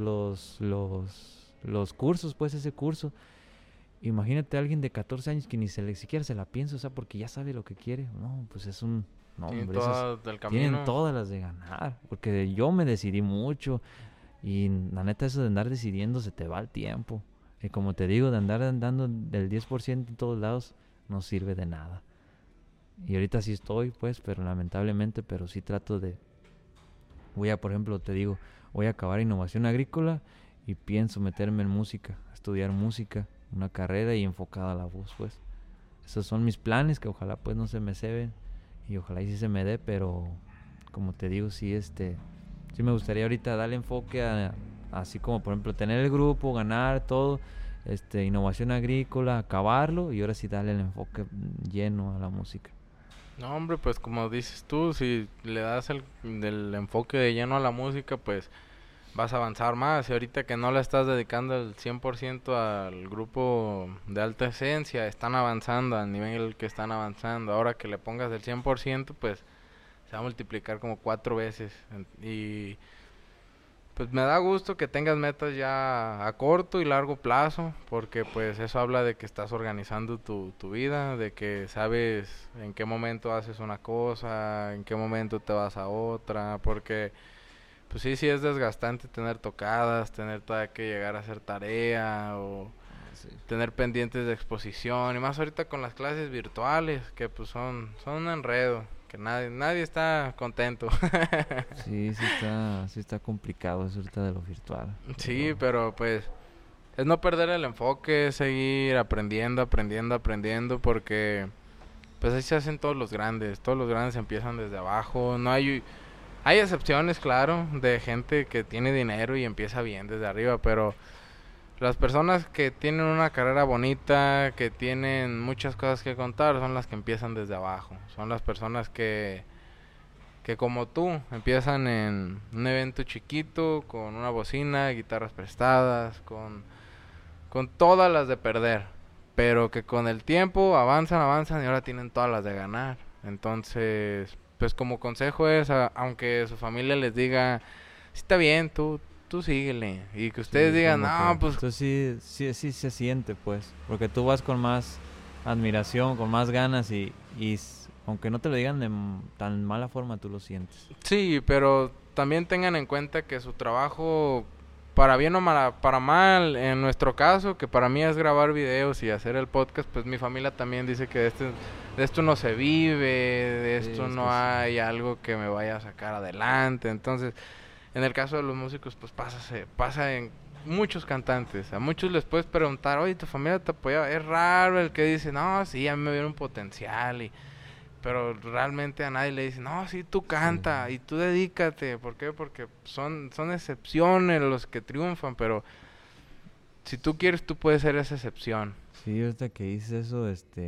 los cursos, pues ese curso. Imagínate a alguien de 14 años que ni siquiera se la piensa, o sea, porque ya sabe lo que quiere. No, pues es un... No, Tienen hombre, esas todas del tienen camino. todas las de ganar. Porque yo me decidí mucho. Y la neta, eso de andar decidiendo se te va el tiempo. Y como te digo, de andar andando del 10% en todos lados, no sirve de nada. Y ahorita sí estoy, pues, pero lamentablemente, pero sí trato de... Voy a, por ejemplo, te digo, voy a acabar innovación agrícola y pienso meterme en música, estudiar música, una carrera y enfocada a la voz, pues. Esos son mis planes que ojalá pues no se me ceben y ojalá y sí se me dé, pero como te digo, sí, sí me gustaría ahorita darle enfoque a, así como por ejemplo tener el grupo, ganar todo, innovación agrícola, acabarlo y ahora sí darle el enfoque lleno a la música. No, hombre, pues como dices tú, si le das el enfoque de lleno a la música, pues vas a avanzar más. Y ahorita que no le estás dedicando el 100% al grupo de alta esencia, están avanzando al nivel que están avanzando. Ahora que le pongas el 100%, pues se va a multiplicar como 4 veces. Y pues me da gusto que tengas metas ya a corto y largo plazo, porque pues eso habla de que estás organizando tu vida, de que sabes en qué momento haces una cosa, en qué momento te vas a otra, porque pues sí es desgastante tener tocadas, tener todavía que llegar a hacer tarea o Sí. tener pendientes de exposición, y más ahorita con las clases virtuales, que pues son un enredo, que nadie está contento. Sí está complicado eso ahorita de lo virtual. Sí, pero pues es no perder el enfoque, es seguir aprendiendo, porque pues así se hacen todos los grandes empiezan desde abajo, no hay excepciones, claro, de gente que tiene dinero y empieza bien desde arriba, pero las personas que tienen una carrera bonita, que tienen muchas cosas que contar, son las que empiezan desde abajo, son las personas que como tú, empiezan en un evento chiquito, con una bocina, guitarras prestadas, con todas las de perder, pero que con el tiempo avanzan y ahora tienen todas las de ganar. Entonces, pues como consejo es, aunque su familia les diga, sí está bien, tú síguele, y que ustedes Sí, digan, como no, que pues entonces sí se siente, pues, porque tú vas con más admiración, con más ganas aunque no te lo digan de tan mala forma, tú lo sientes. sí, pero también tengan en cuenta que su trabajo, para bien o para mal, en nuestro caso, que para mí es grabar videos y hacer el podcast, pues mi familia también dice que de esto no se vive, de Sí, esto es no que sí. hay algo que me vaya a sacar adelante. Entonces, en el caso de los músicos, pues pasa en muchos cantantes. A muchos les puedes preguntar, oye, ¿tu familia te apoya? Es raro el que dice, no, sí, a mí me vieron un potencial pero realmente a nadie le dice, no, sí, tú Sí, canta y tú dedícate. ¿Por qué? Porque son excepciones los que triunfan, pero si tú quieres, tú puedes ser esa excepción. sí, ahorita que dices eso,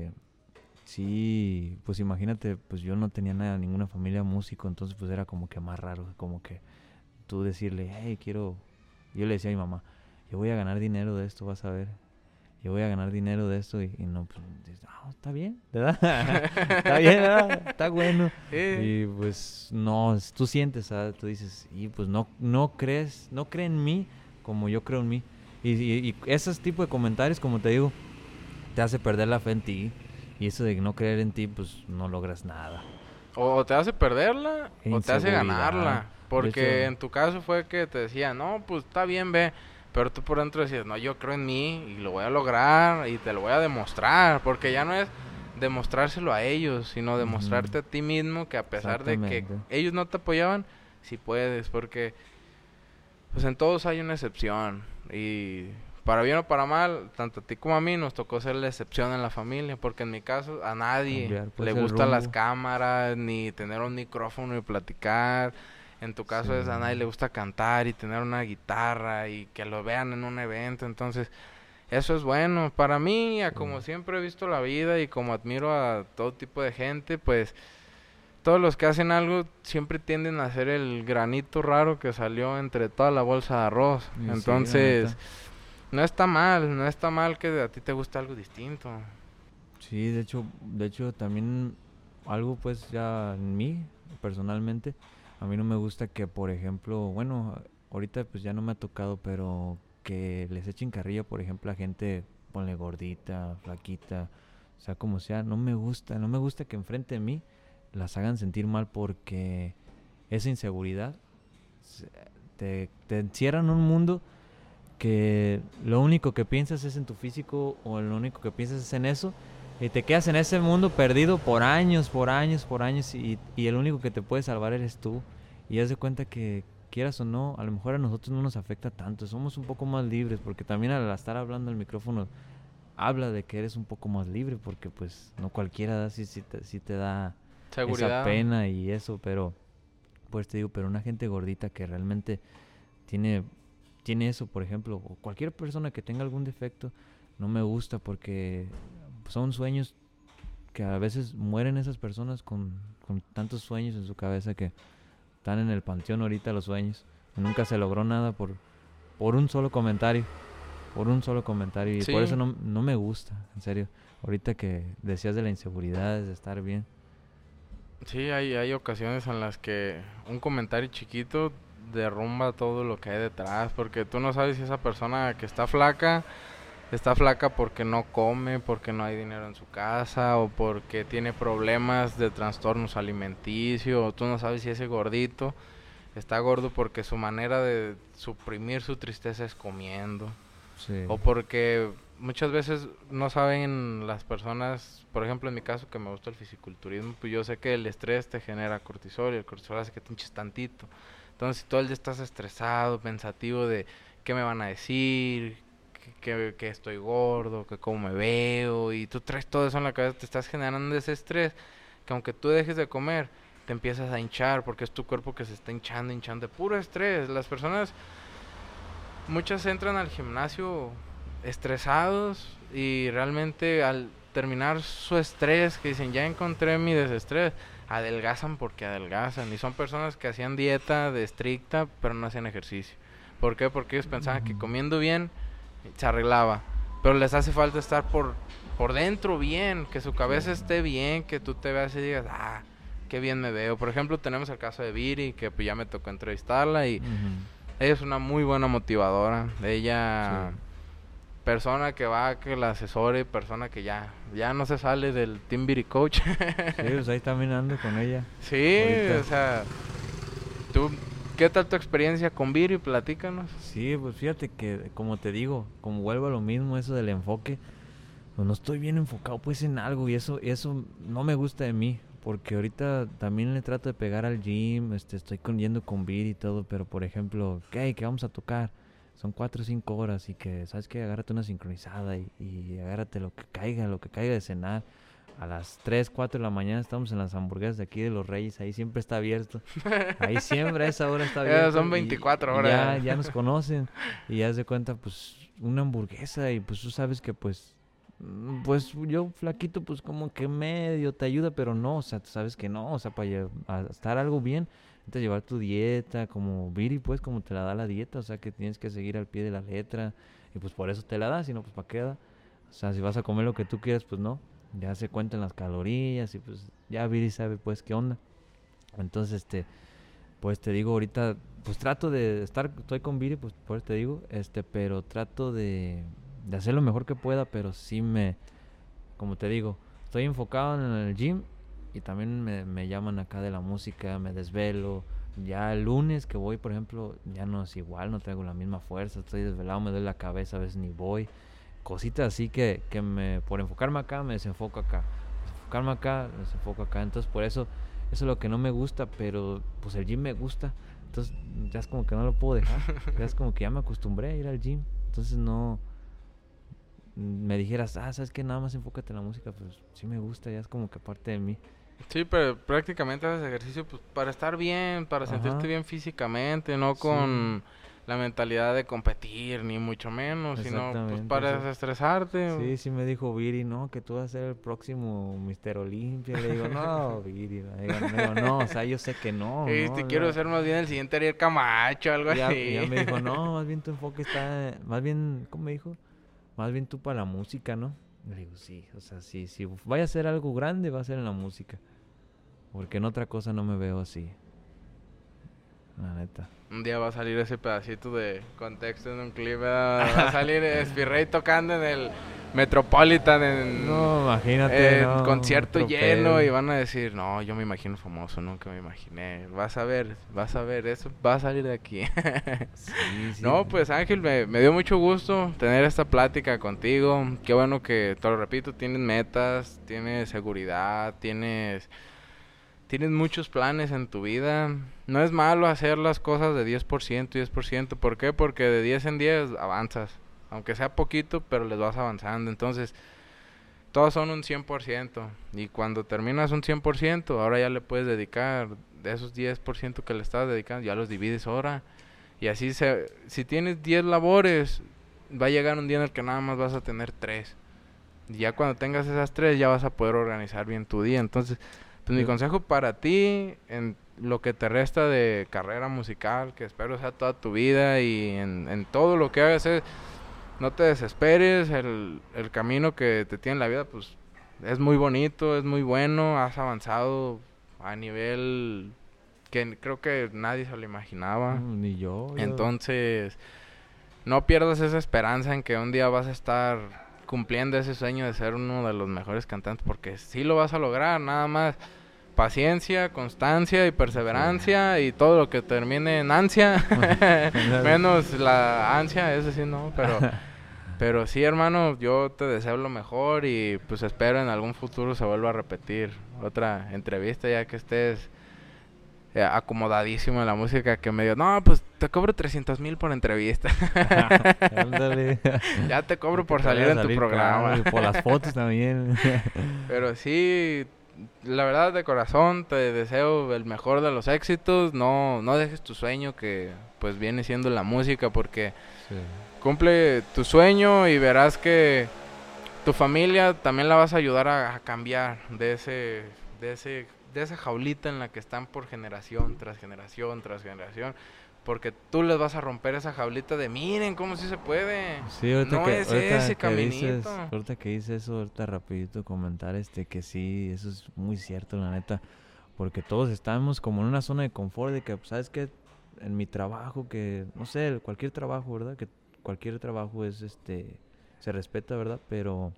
sí, pues imagínate, pues yo no tenía ninguna familia músico, entonces pues era como que más raro, como que tú decirle, hey, yo le decía a mi mamá, yo voy a ganar dinero de esto, vas a ver, yo voy a ganar dinero de esto y no, pues, dices, no, está bien, ¿verdad? Está bien, ¿verdad? Está bueno. Y pues no, tú sientes, ¿sabes? Tú dices, y pues no cree en mí como yo creo en mí. Y esos tipos de comentarios, como te digo, te hace perder la fe en ti. Y eso de no creer en ti, pues no logras nada. O te hace perderla E o te hace inseguridad. ganarla. De Porque hecho, en tu caso fue que te decía, no, pues está bien, ve. Pero tú por dentro decías, no, yo creo en mí y lo voy a lograr y te lo voy a demostrar. Porque ya no es demostrárselo a ellos, sino ujú, demostrarte a ti mismo que a pesar de que exactamente. ellos no te apoyaban, sí puedes. Porque pues en todos hay una excepción. Y para bien o para mal, tanto a ti como a mí nos tocó ser la excepción en la familia. Porque en mi caso a nadie Cambiar le pues el gustan las rumbo. cámaras, ni tener un micrófono y platicar. En tu Sí. caso es a nadie le gusta cantar y tener una guitarra y que lo vean en un evento. Entonces eso es bueno. Para mí, a Sí. como siempre he visto la vida y como admiro a todo tipo de gente, pues todos los que hacen algo siempre tienden a hacer el granito raro que salió entre toda la bolsa de arroz. Y sí, la Entonces, neta. no está mal que a ti te guste algo distinto. Sí, de hecho también algo pues ya en mí, personalmente, a mí no me gusta que, por ejemplo, bueno, ahorita pues ya no me ha tocado, pero que les echen carrilla, por ejemplo, a gente, ponle gordita, flaquita, o sea, como sea, no me gusta que enfrente de mí las hagan sentir mal porque esa inseguridad se- te encierra en un mundo que lo único que piensas es en tu físico o lo único que piensas es en eso y te quedas en ese mundo perdido por años, por años, por años y el único que te puede salvar eres tú y haz de cuenta que quieras o no, a lo mejor a nosotros no nos afecta tanto, somos un poco más libres porque también al estar hablando al micrófono habla de que eres un poco más libre porque pues no cualquiera da, sí te da esa Seguridad. pena y eso, pero pues te digo, pero una gente gordita que realmente tiene, tiene eso, por ejemplo, o cualquier persona que tenga algún defecto, no me gusta porque son sueños que a veces mueren esas personas con tantos sueños en su cabeza que están en el panteón ahorita los sueños. Y nunca se logró nada por un solo comentario, por un solo comentario. Y por eso Sí, no me gusta, en serio. Ahorita que decías de la inseguridad, de estar bien. sí, hay ocasiones en las que un comentario chiquito derrumba todo lo que hay detrás, porque tú no sabes si esa persona que está flaca porque no come, porque no hay dinero en su casa o porque tiene problemas de trastornos alimenticios, o tú no sabes si ese gordito está gordo porque su manera de suprimir su tristeza es comiendo. Sí. O porque muchas veces no saben las personas, por ejemplo en mi caso que me gusta el fisiculturismo, pues yo sé que el estrés te genera cortisol y el cortisol hace que te hinches tantito. Entonces si todo el día estás estresado, pensativo de qué me van a decir, que estoy gordo, que cómo me veo, y tú traes todo eso en la cabeza, te estás generando ese estrés, que aunque tú dejes de comer, te empiezas a hinchar, porque es tu cuerpo que se está hinchando, hinchando de puro estrés. Las personas muchos entran al gimnasio estresados y realmente al terminar su estrés, que dicen ya encontré mi desestrés, adelgazan porque adelgazan. Y son personas que hacían dieta de estricta pero no hacían ejercicio. ¿Por qué? Porque ellos pensaban que Ujú. comiendo bien se arreglaba. Pero les hace falta estar por dentro bien, que su Sí. cabeza esté bien, que tú te veas y digas, ah, qué bien me veo. Por ejemplo, tenemos el caso de Viri, que pues ya me tocó entrevistarla y Ujú. ella es una muy buena motivadora. Sí. Ella, persona que va, que la asesore, persona que ya no se sale del Team Beauty Coach. Sí, pues ahí también ando con ella. Sí, o Ahorita. sea, tú, ¿qué tal tu experiencia con Viri? Platícanos. Sí, pues fíjate que, como te digo, como vuelvo a lo mismo, eso del enfoque, pues no estoy bien enfocado pues en algo y eso no me gusta de mí, porque ahorita también le trato de pegar al gym, estoy yendo con Beat y todo, pero por ejemplo, ¿qué vamos a tocar? Son 4 o 5 horas y que, ¿sabes qué? Agárrate una sincronizada y agárrate lo que caiga de cenar. A las 3 4 de la mañana estamos en las hamburguesas de aquí de Los Reyes, ahí siempre está abierto. Ahí siempre a esa hora está abierto Son 24 y ya, horas. ya nos conocen y ya se cuenta pues una hamburguesa y pues tú sabes que pues yo flaquito pues como que medio te ayuda pero no, o sea, tú sabes que no, o sea, para estar algo bien, necesitas llevar tu dieta como Viri pues como te la da la dieta, o sea que tienes que seguir al pie de la letra y pues por eso te la da, si no pues para qué da, o sea, si vas a comer lo que tú quieras pues no, ya se cuentan las calorías y pues ya Viri sabe pues qué onda, entonces pues te digo, ahorita, pues trato de estar, estoy con Viri, pues por eso te digo, pero trato de hacer lo mejor que pueda, pero sí como te digo, estoy enfocado en el gym y también me llaman acá de la música, me desvelo. Ya el lunes que voy, por ejemplo, ya no es igual, no traigo la misma fuerza, estoy desvelado, me duele la cabeza, a veces ni voy. Cositas así que por enfocarme acá, me desenfoco acá. Enfocarme acá, me desenfoco acá. Entonces por eso es lo que no me gusta, pero pues el gym me gusta. Entonces ya es como que no lo puedo dejar. Ya es como que ya me acostumbré a ir al gym. Entonces no me dijeras, sabes que nada más enfócate en la música, pues sí me gusta, ya es como que parte de mí. Sí, pero prácticamente haces ejercicio pues para estar bien, para sentirte Ajá, bien físicamente, no sí, con la mentalidad de competir, ni mucho menos, sino pues exactamente, para sí. desestresarte. Sí, sí me dijo Viri, no, que tú vas a ser el próximo Mister Olimpia. Le digo, no, Viri, le digo, no, o sea, yo sé que no, Y no, te quiero ser más bien el siguiente Ariel Camacho, algo ya así. me dijo, no, más bien tu enfoque está, más bien, ¿cómo me dijo? Más bien tú para la música, ¿no? Le digo, sí, o sea, sí, si vaya a ser algo grande, va a ser en la música. Porque en otra cosa no me veo así. La neta. Un día va a salir ese pedacito de contexto en un clip, ¿verdad? Va a salir Spirrey tocando en el Metropolitan No, imagínate, en no. concierto Otro lleno pedo. y van a decir, no, yo me imagino famoso, nunca me imaginé. Vas a ver, eso va a salir de aquí. Sí, sí. No, pues Ángel, me dio mucho gusto tener esta plática contigo. Qué bueno que, te lo repito, tienes metas, tienes seguridad, tienes muchos planes en tu vida. No es malo hacer las cosas de 10%, 10%. ¿Por qué? Porque de 10 en 10 avanzas. Aunque sea poquito, pero les vas avanzando. Entonces, todos son un 100%. Y cuando terminas un 100%, ahora ya le puedes dedicar de esos 10% que le estás dedicando, ya los divides ahora. Y así, si tienes 10 labores, va a llegar un día en el que nada más vas a tener 3. Y ya cuando tengas esas 3, ya vas a poder organizar bien tu día. Entonces, pues mi Yo- consejo para ti, en lo que te resta de carrera musical, que espero sea toda tu vida, y en todo lo que hagas, es no te desesperes. El camino que te tiene la vida, pues es muy bonito, es muy bueno. Has avanzado a nivel que creo que nadie se lo imaginaba. Ni yo. Entonces, no pierdas esa esperanza en que un día vas a estar cumpliendo ese sueño de ser uno de los mejores cantantes, porque sí lo vas a lograr. Nada más paciencia, constancia y perseverancia, y todo lo que termine en ansia, menos la ansia, eso sí no, pero sí, hermano, yo te deseo lo mejor, y pues espero en algún futuro se vuelva a repetir otra entrevista, ya que estés acomodadísimo en la música, que me digas, no, pues te cobro 300,000 por entrevista. Ándale. Ya te cobro Que por te salir vaya a en tu salir programa. caro y por las fotos también. Pero sí, la verdad, de corazón te deseo el mejor de los éxitos. No dejes tu sueño, que pues viene siendo la música, porque Sí. cumple tu sueño y verás que tu familia también la vas a ayudar a cambiar de esa jaulita en la que están por generación tras generación tras generación, porque tú les vas a romper esa jaulita de miren cómo sí se puede. Sí, No es ese caminito. ahorita que dices eso, ahorita rapidito comentar que sí, eso es muy cierto, la neta, porque todos estamos como en una zona de confort de que, pues, ¿sabes qué? En mi trabajo, que, no sé, cualquier trabajo, ¿verdad? Que cualquier trabajo es, se respeta, ¿verdad? Pero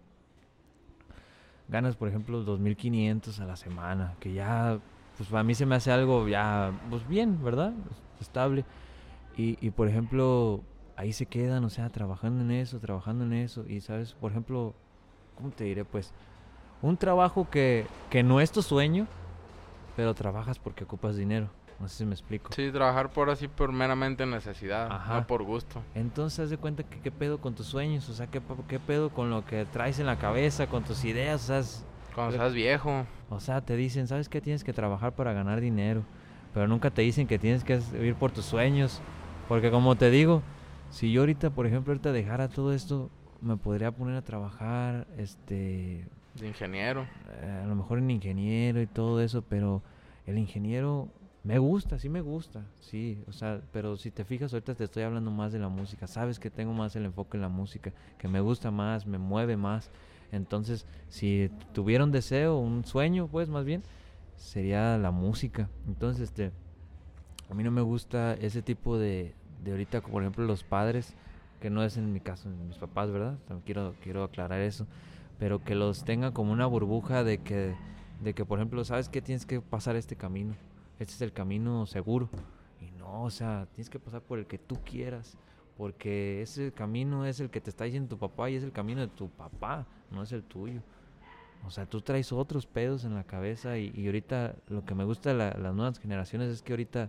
ganas, por ejemplo, 2,500 a la semana, que ya, pues, para mí se me hace algo ya, pues, bien, ¿verdad? Estable. Y por ejemplo, ahí se quedan, o sea, trabajando en eso. Y sabes, por ejemplo, ¿cómo te diré? Pues, un trabajo que no es tu sueño, pero trabajas porque ocupas dinero. No sé si me explico. Sí, trabajar por así, por meramente necesidad, no Ajá. por gusto. Entonces, haz de cuenta que qué pedo con tus sueños, o sea, qué pedo con lo que traes en la cabeza, con tus ideas, o sea, Cuando seas viejo. te dicen, ¿sabes qué? Tienes que trabajar para ganar dinero, pero nunca te dicen que tienes que ir por tus sueños, porque como te digo, si yo ahorita, por ejemplo, ahorita dejara todo esto, me podría poner a trabajar, De ingeniero. a lo mejor en ingeniero y todo eso, pero el ingeniero me gusta, sí, o sea, pero si te fijas, ahorita te estoy hablando más de la música, sabes que tengo más el enfoque en la música, que me gusta más, me mueve más. Entonces, si tuviera un deseo, un sueño, pues más bien, sería la música. Entonces, a mí no me gusta ese tipo de ahorita, como por ejemplo los padres, que no es en mi caso, en mis papás, ¿verdad? También quiero aclarar eso, pero que los tengan como una burbuja de que, por ejemplo, sabes que tienes que pasar este camino, este es el camino seguro. Y no, o sea, tienes que pasar por el que tú quieras, porque ese camino es el que te está diciendo tu papá y es el camino de tu papá, no es el tuyo. O sea, tú traes otros pedos en la cabeza y ahorita lo que me gusta de las nuevas generaciones es que ahorita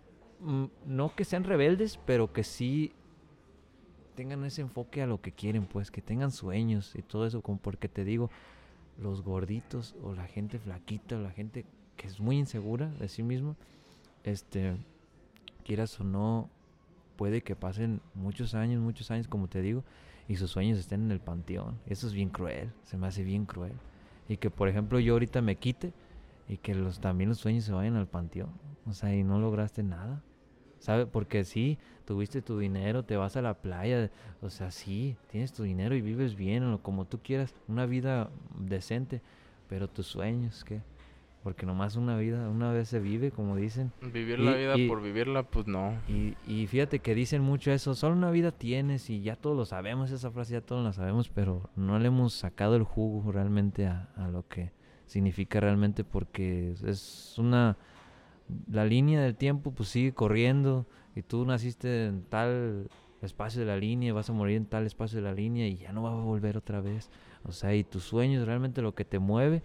no que sean rebeldes, pero que sí tengan ese enfoque a lo que quieren, pues, que tengan sueños y todo eso, como porque te digo, los gorditos o la gente flaquita o la gente que es muy insegura de sí misma, quieras o no, puede que pasen muchos años, como te digo, y sus sueños estén en el panteón. Eso es bien cruel, se me hace bien cruel. Y que, por ejemplo, yo ahorita me quite y que también los sueños se vayan al panteón. O sea, y no lograste nada. ¿Sabes? Porque sí, tuviste tu dinero, te vas a la playa, o sea, sí, tienes tu dinero y vives bien, o como tú quieras, una vida decente, pero tus sueños, ¿qué? porque nomás una vez se vive, como dicen. Vivir la vida por vivirla, pues no. Y fíjate que dicen mucho eso, solo una vida tienes, y ya todos lo sabemos, esa frase ya todos la sabemos, pero no le hemos sacado el jugo realmente a lo que significa realmente, porque es la línea del tiempo pues sigue corriendo, y tú naciste en tal espacio de la línea, vas a morir en tal espacio de la línea, y ya no vas a volver otra vez. O sea, y tus sueños, realmente lo que te mueve,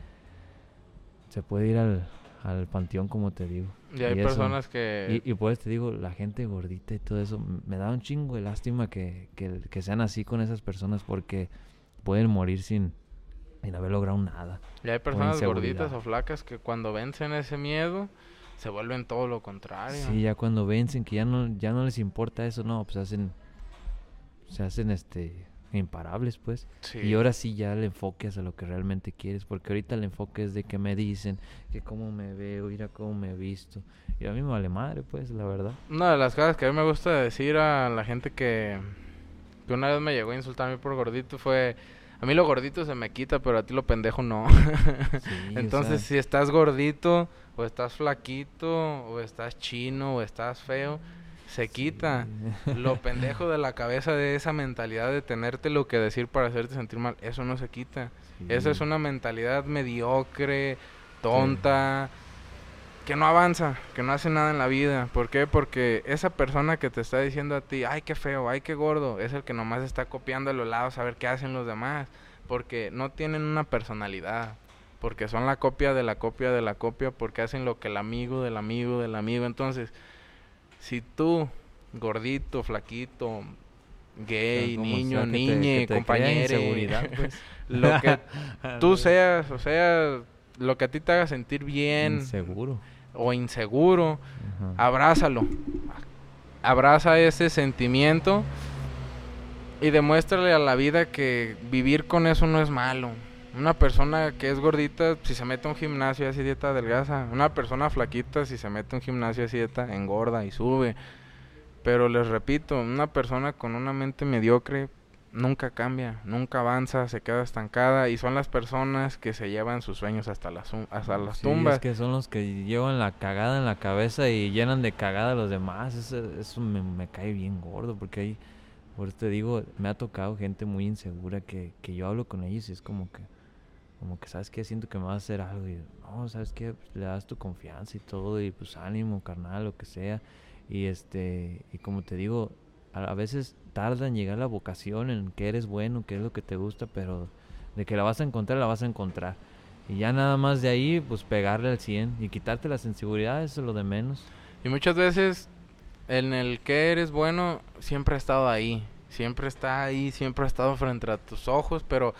se puede ir al panteón, como te digo. Y hay personas que... Y pues te digo, la gente gordita y todo eso, me da un chingo de lástima que sean así con esas personas, porque pueden morir sin haber logrado nada. Y hay personas gorditas o flacas que cuando vencen ese miedo, se vuelven todo lo contrario. Sí, ya cuando vencen, que ya no les importa eso, no, pues se hacen imparables, pues. Sí. Y ahora sí ya le enfoque a lo que realmente quieres, porque ahorita el enfoque es de que me dicen, que cómo me veo, mira cómo me he visto. Y a mí me vale madre, pues, la verdad. Una de las cosas que a mí me gusta decir a la gente que una vez me llegó a insultar a mí por gordito fue: a mí lo gordito se me quita, pero a ti lo pendejo no. Sí, entonces, si estás gordito, o estás flaquito, o estás chino, o estás feo, se quita. Lo pendejo de la cabeza, de esa mentalidad de tenerte lo que decir para hacerte sentir mal, eso no se quita. Esa es una mentalidad mediocre, tonta, que no avanza, que no hace nada en la vida. ¿Por qué? Porque esa persona que te está diciendo a ti, ay, qué feo, ay, qué gordo, es el que nomás está copiando a los lados a ver qué hacen los demás. Porque no tienen una personalidad. Porque son la copia de la copia de la copia. Porque hacen lo que el amigo del amigo del amigo. Entonces, si tú, gordito, flaquito, gay, niño, niñe, compañero, pues. Lo que tú seas, o sea, lo que a ti te haga sentir bien, inseguro o inseguro, abrázalo. Abraza ese sentimiento y demuéstrale a la vida que vivir con eso no es malo. Una persona que es gordita, si se mete a un gimnasio y hace dieta, adelgaza. Una persona flaquita, si se mete a un gimnasio y hace dieta, engorda y sube. Pero les repito, una persona con una mente mediocre nunca cambia, nunca avanza, se queda estancada. Y son las personas que se llevan sus sueños hasta las tumbas. Es que son los que llevan la cagada en la cabeza y llenan de cagada a los demás. Eso me cae bien gordo, porque ahí, por eso te digo, me ha tocado gente muy insegura que yo hablo con ellos y es como que, ¿sabes qué? Siento que me va a hacer algo. Y no, ¿sabes qué? Pues, le das tu confianza y todo, y pues ánimo, carnal, lo que sea. Y y como te digo, a veces tarda en llegar la vocación, en que eres bueno, que es lo que te gusta, pero de que la vas a encontrar, la vas a encontrar. Y ya nada más de ahí, pues pegarle al 100 y quitarte las inseguridades, eso es lo de menos. Y muchas veces, en el que eres bueno, siempre ha estado ahí. Siempre está ahí, siempre ha estado frente a tus ojos, pero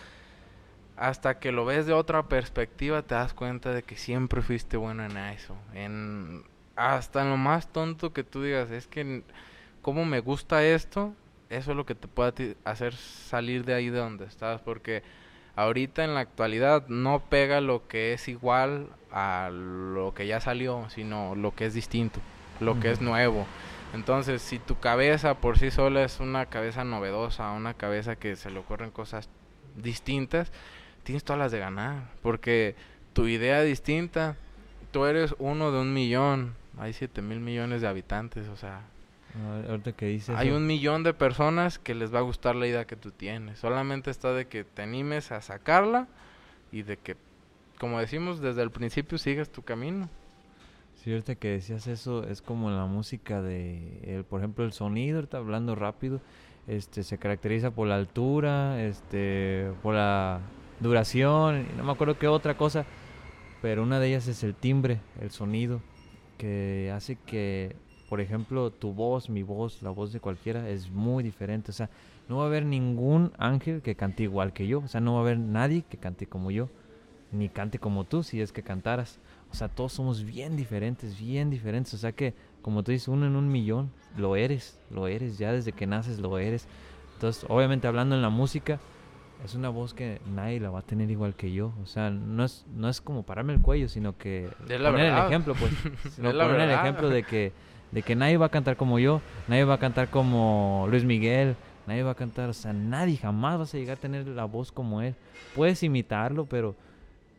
hasta que lo ves de otra perspectiva te das cuenta de que siempre fuiste bueno en eso. Hasta en lo más tonto que tú digas, es que cómo me gusta esto, eso es lo que te puede hacer salir de ahí de donde estás. Porque ahorita en la actualidad no pega lo que es igual a lo que ya salió, sino lo que es distinto, lo que es nuevo. Entonces, si tu cabeza por sí sola es una cabeza novedosa, una cabeza que se le ocurren cosas distintas, tienes todas las de ganar, porque tu idea distinta, tú eres uno de 1,000,000, hay 7,000,000,000 de habitantes, o sea, ahorita que dices hay 1,000,000 de personas que les va a gustar la idea que tú tienes. Solamente está de que te animes a sacarla y de que, como decimos desde el principio, sigas tu camino. Sí, ahorita que decías eso, es como la música por ejemplo, el sonido, ahorita hablando rápido, se caracteriza por la altura, por la duración, y no me acuerdo qué otra cosa, pero una de ellas es el timbre, el sonido, que hace que, por ejemplo, tu voz, mi voz, la voz de cualquiera es muy diferente. O sea, no va a haber ningún ángel que cante igual que yo, o sea, no va a haber nadie que cante como yo, ni cante como tú si es que cantaras. O sea, todos somos bien diferentes, o sea que, como tú dices, 1 en 1,000,000, lo eres, ya desde que naces lo eres. Entonces, obviamente hablando en la música, es una voz que nadie la va a tener igual que yo. O sea, no es como pararme el cuello, sino que poner el ejemplo, pues. Sino poner el ejemplo de que nadie va a cantar como yo, nadie va a cantar como Luis Miguel, nadie va a cantar, o sea, nadie, jamás vas a llegar a tener la voz como él. Puedes imitarlo, pero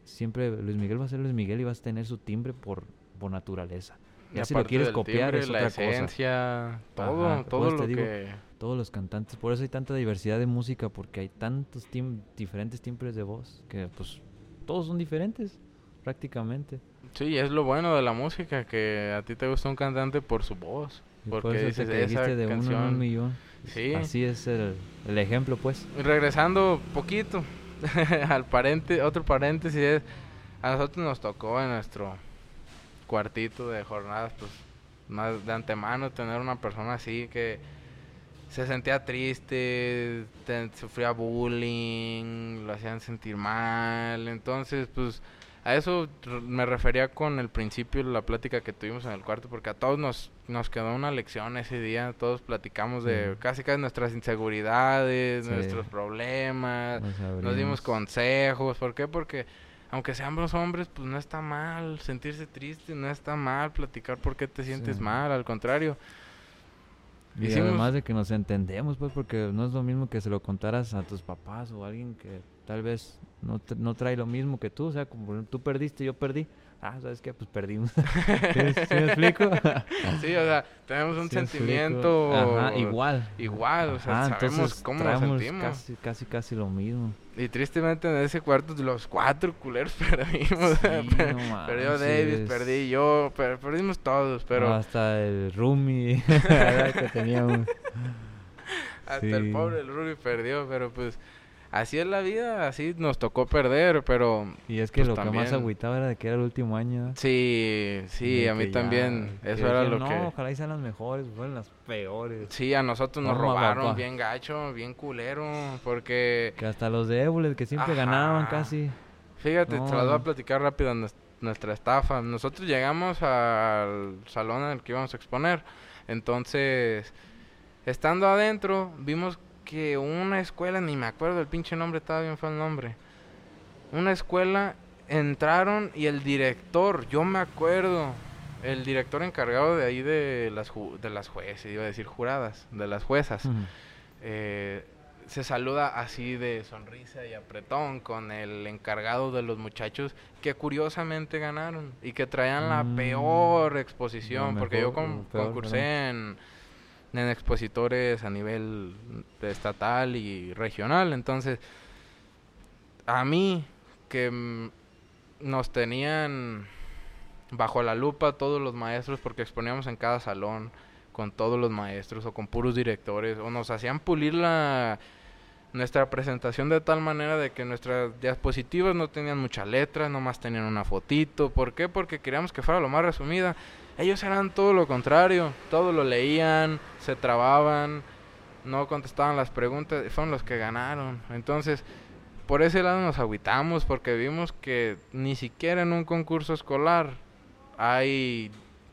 siempre Luis Miguel va a ser Luis Miguel y vas a tener su timbre por naturaleza. Y Ya si lo aparte quieres del copiar timbre, es la otra cosa. esencia, todo, Ajá, todo pues lo te digo, que... todos los cantantes, por eso hay tanta diversidad de música, porque hay tantos diferentes timbres de voz, que pues todos son diferentes, prácticamente. Sí, es lo bueno de la música, que a ti te gusta un cantante por su voz. Y Porque por eso dices, te que esa dijiste de uno en un canción... millón. Sí. Así es el ejemplo, pues. Regresando poquito al otro paréntesis es, a nosotros nos tocó en nuestro cuartito de jornadas, pues, más de antemano tener una persona así que se sentía triste, sufría bullying, lo hacían sentir mal. Entonces, pues, a eso me refería con el principio de la plática que tuvimos en el cuarto, porque a todos nos quedó una lección ese día. Todos platicamos de casi nuestras inseguridades, nuestros problemas, nos dimos consejos. ¿Por qué? Porque aunque seamos hombres, pues no está mal sentirse triste, no está mal platicar por qué te sientes mal, al contrario. Y además de que nos entendemos, pues, porque no es lo mismo que se lo contaras a tus papás o a alguien que tal vez no trae lo mismo que tú. O sea, como tú perdiste, yo perdí. Ah, ¿sabes qué? Pues perdimos. ¿Sí me explico? Sí, o sea, tenemos un sentimiento... Ajá, igual. Igual, o sea, sabemos cómo nos sentimos. Casi lo mismo. Y tristemente en ese cuarto los 4 culeros perdimos. Sí, perdió Davis, perdí yo, perdimos todos, pero... No, hasta el roomie que teníamos. Hasta el pobre el roomie perdió, pero pues... Así es la vida, así nos tocó perder, pero... Y es que pues lo también... que más agüitaba era de que era el último año. Sí, a mí también. Eso era lo que... No, ojalá y sean las mejores, fueron las peores. Sí, a nosotros nos robaron bien gacho, bien culero, porque... Que hasta los de Éboles, que siempre ganaban casi. Fíjate, te las voy a platicar rápido nuestra estafa. Nosotros llegamos al salón en el que íbamos a exponer. Entonces, estando adentro, vimos que una escuela, ni me acuerdo el pinche nombre, estaba bien feo el nombre. Una escuela, entraron y el director, yo me acuerdo, el director encargado de ahí de las jueces, iba a decir juradas, de las juezas, se saluda así de sonrisa y apretón con el encargado de los muchachos que curiosamente ganaron y que traían la peor exposición, porque yo concursé en expositores a nivel estatal y regional. Entonces, a mí, que nos tenían bajo la lupa todos los maestros, porque exponíamos en cada salón con todos los maestros o con puros directores, o nos hacían pulir nuestra presentación de tal manera de que nuestras diapositivas no tenían mucha letra, nomás tenían una fotito. ¿Por qué? Porque queríamos que fuera lo más resumida. Ellos eran todo lo contrario, todo lo leían, se trababan, no contestaban las preguntas, y fueron los que ganaron. Entonces, por ese lado nos agüitamos, porque vimos que ni siquiera en un concurso escolar hay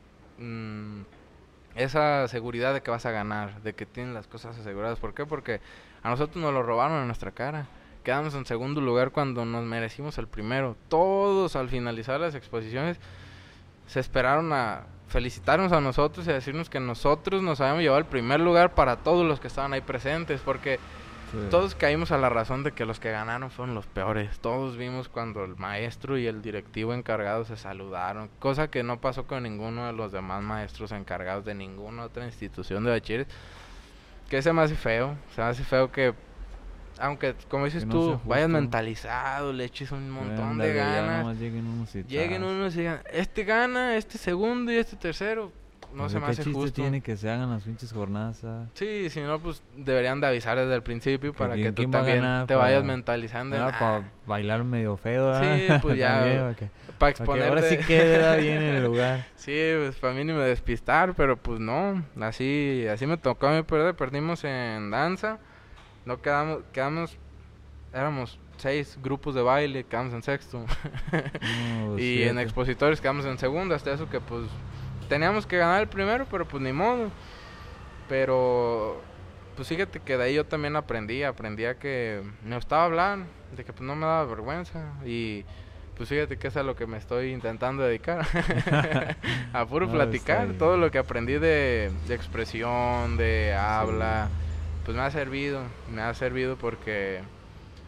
esa seguridad de que vas a ganar, de que tienen las cosas aseguradas. ¿Por qué? Porque a nosotros nos lo robaron en nuestra cara. Quedamos en segundo lugar cuando nos merecimos el primero. Todos al finalizar las exposiciones se esperaron a felicitarnos a nosotros y a decirnos que nosotros nos habíamos llevado el primer lugar para todos los que estaban ahí presentes, porque todos caímos a la razón de que los que ganaron fueron los peores. Todos vimos cuando el maestro y el directivo encargado se saludaron, cosa que no pasó con ninguno de los demás maestros encargados de ninguna otra institución de bachilleres, que se me hace feo que, aunque como dices tú, vayas mentalizado, le eches un montón de ganas, lleguen unos y digan, este gana, este segundo y este tercero. No se me hace justo. ¿Qué chiste tiene que se hagan las pinches jornadas? Sí, si no, pues deberían de avisar desde el principio para que tú también te vayas mentalizando. Para bailar medio feo, sí, pues ya, para exponerte. Ahora sí queda bien en el lugar. Sí, pues para mí ni me despistar, pero pues no, así me tocó a mí perder. Perdimos en danza, no quedamos, éramos 6 grupos de baile, quedamos en sexto. Y 7. En expositores quedamos en segundo, hasta eso que pues teníamos que ganar el primero, pero pues ni modo. Pero pues fíjate que de ahí yo también aprendí a que me gustaba hablar, de que pues no me daba vergüenza. Y pues fíjate que es a lo que me estoy intentando dedicar. A puro platicar. Todo lo que aprendí de expresión, de habla, pues me ha servido porque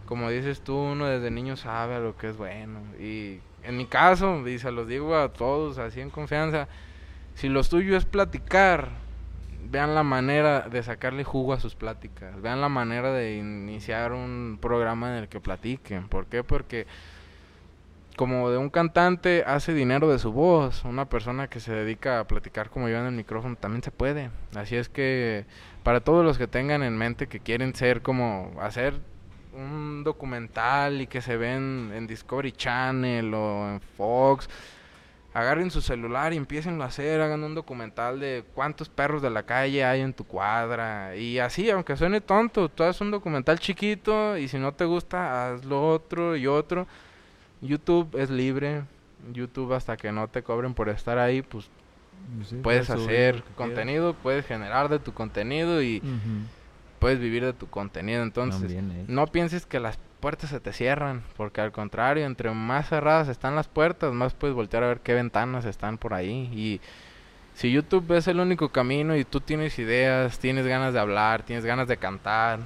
como dices tú, uno desde niño sabe a lo que es bueno. Y en mi caso, y se los digo a todos así en confianza, si lo tuyo es platicar, vean la manera de sacarle jugo a sus pláticas. Vean la manera de iniciar un programa en el que platiquen. ¿Por qué? Porque como de un cantante hace dinero de su voz, una persona que se dedica a platicar como yo en el micrófono también se puede. Así es que para todos los que tengan en mente que quieren ser como hacer un documental y que se ven en Discovery Channel o en Fox, agarren su celular y empiecen a hacer, hagan un documental de cuántos perros de la calle hay en tu cuadra. Y así, aunque suene tonto, tú haces un documental chiquito y si no te gusta, haz lo otro y otro. YouTube es libre. YouTube hasta que no te cobren por estar ahí, pues Sí, puedes hacer contenido, quieras. puedes generar de tu contenido y puedes vivir de tu contenido. Entonces, También, no pienses que las puertas se te cierran, porque al contrario, entre más cerradas están las puertas, más puedes voltear a ver qué ventanas están por ahí. Y si YouTube es el único camino y tú tienes ideas, tienes ganas de hablar, tienes ganas de cantar,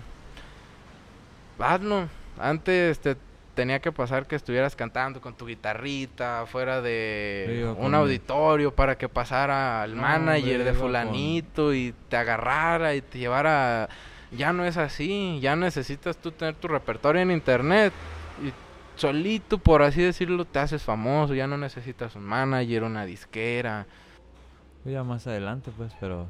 hazlo. Antes te tenía que pasar que estuvieras cantando con tu guitarrita fuera de Yo un con auditorio para que pasara el No, manager hombre, de iba fulanito y te agarrara y te llevara. Ya no es así, ya necesitas tú tener tu repertorio en internet y solito, por así decirlo, te haces famoso. Ya no necesitas un manager, una disquera. ya más adelante, pues, pero...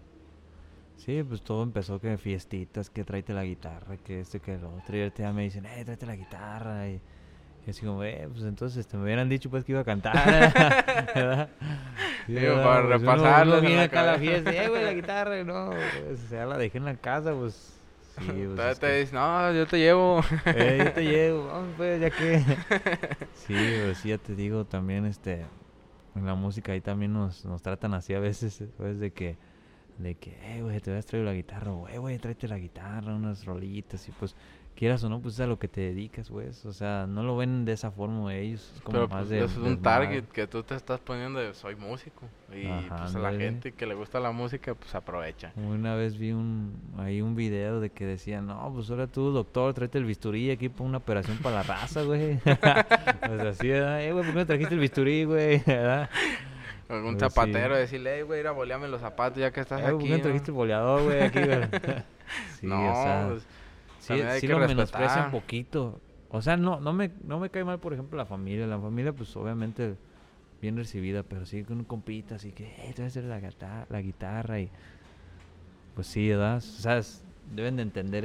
Sí, pues todo empezó que fiestitas, que tráete la guitarra, que esto, que lo otro. Y ahorita ya me dicen, tráete la guitarra. Y así como, pues entonces me hubieran dicho pues que iba a cantar, ¿verdad? Sí, Digo, ¿verdad? para Pues repasarlo uno en viene la acá a la cabeza. fiesta, güey, la guitarra, y no, pues, ya la dejé en la casa, pues. Sí, pues Todavía es te que, dicen, no, yo te llevo. yo te llevo, vamos pues, ya que. Sí, pues sí, ya te digo, también en la música ahí también nos tratan así a veces, pues, güey, te voy a traer la guitarra, güey, tráete la guitarra, unas rolitas, y pues, quieras o no, pues es a lo que te dedicas, güey, o sea, no lo ven de esa forma ellos, es como Pero más pues de es un desmadre. target que tú te estás poniendo de soy músico. Y Ajá, pues a la ándale. gente que le gusta la música, pues aprovecha. Una vez vi ahí un video de que decía, no, pues ahora tú, doctor, tráete el bisturí aquí para una operación para la raza, güey. Pues así, ¿verdad? Güey, ¿por qué no trajiste el bisturí, güey? ¿Verdad? Algún Pues zapatero sí. decirle, güey, ir a bolearme los zapatos ya que estás ¿Por aquí, qué no ¿no? trajiste el boleador, güey, aquí, güey? Sí, o No, sea, pues sí, también hay sí que lo menosprecian respetar. poquito. O sea, no me cae mal, por ejemplo, la familia. La familia, pues, obviamente, bien recibida, pero sí con un compita, así que, te voy a hacer la guitarra y... Pues sí, ¿verdad? O sea, deben de entender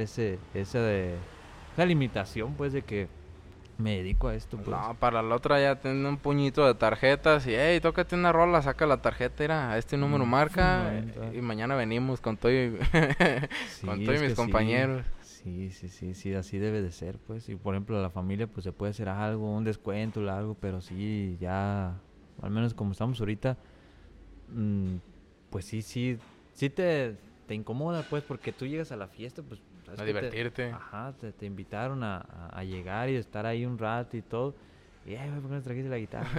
esa limitación, pues, de que me dedico a esto, pues. No, para la otra ya tiene un puñito de tarjetas y, hey, tócate una rola, saca la tarjeta, mira, a este número marca y mañana venimos con todo y, con Sí, todo y es mis que compañeros. sí, así debe de ser, pues. Y por ejemplo, a la familia, pues se puede hacer algo, un descuento, algo, pero sí, ya, al menos como estamos ahorita, mm, pues sí te incomoda, pues, porque tú llegas a la fiesta, pues, sabes A que divertirte. ajá, te invitaron a llegar y estar ahí un rato y todo. Y, güey, ¿por qué no trajiste la guitarra?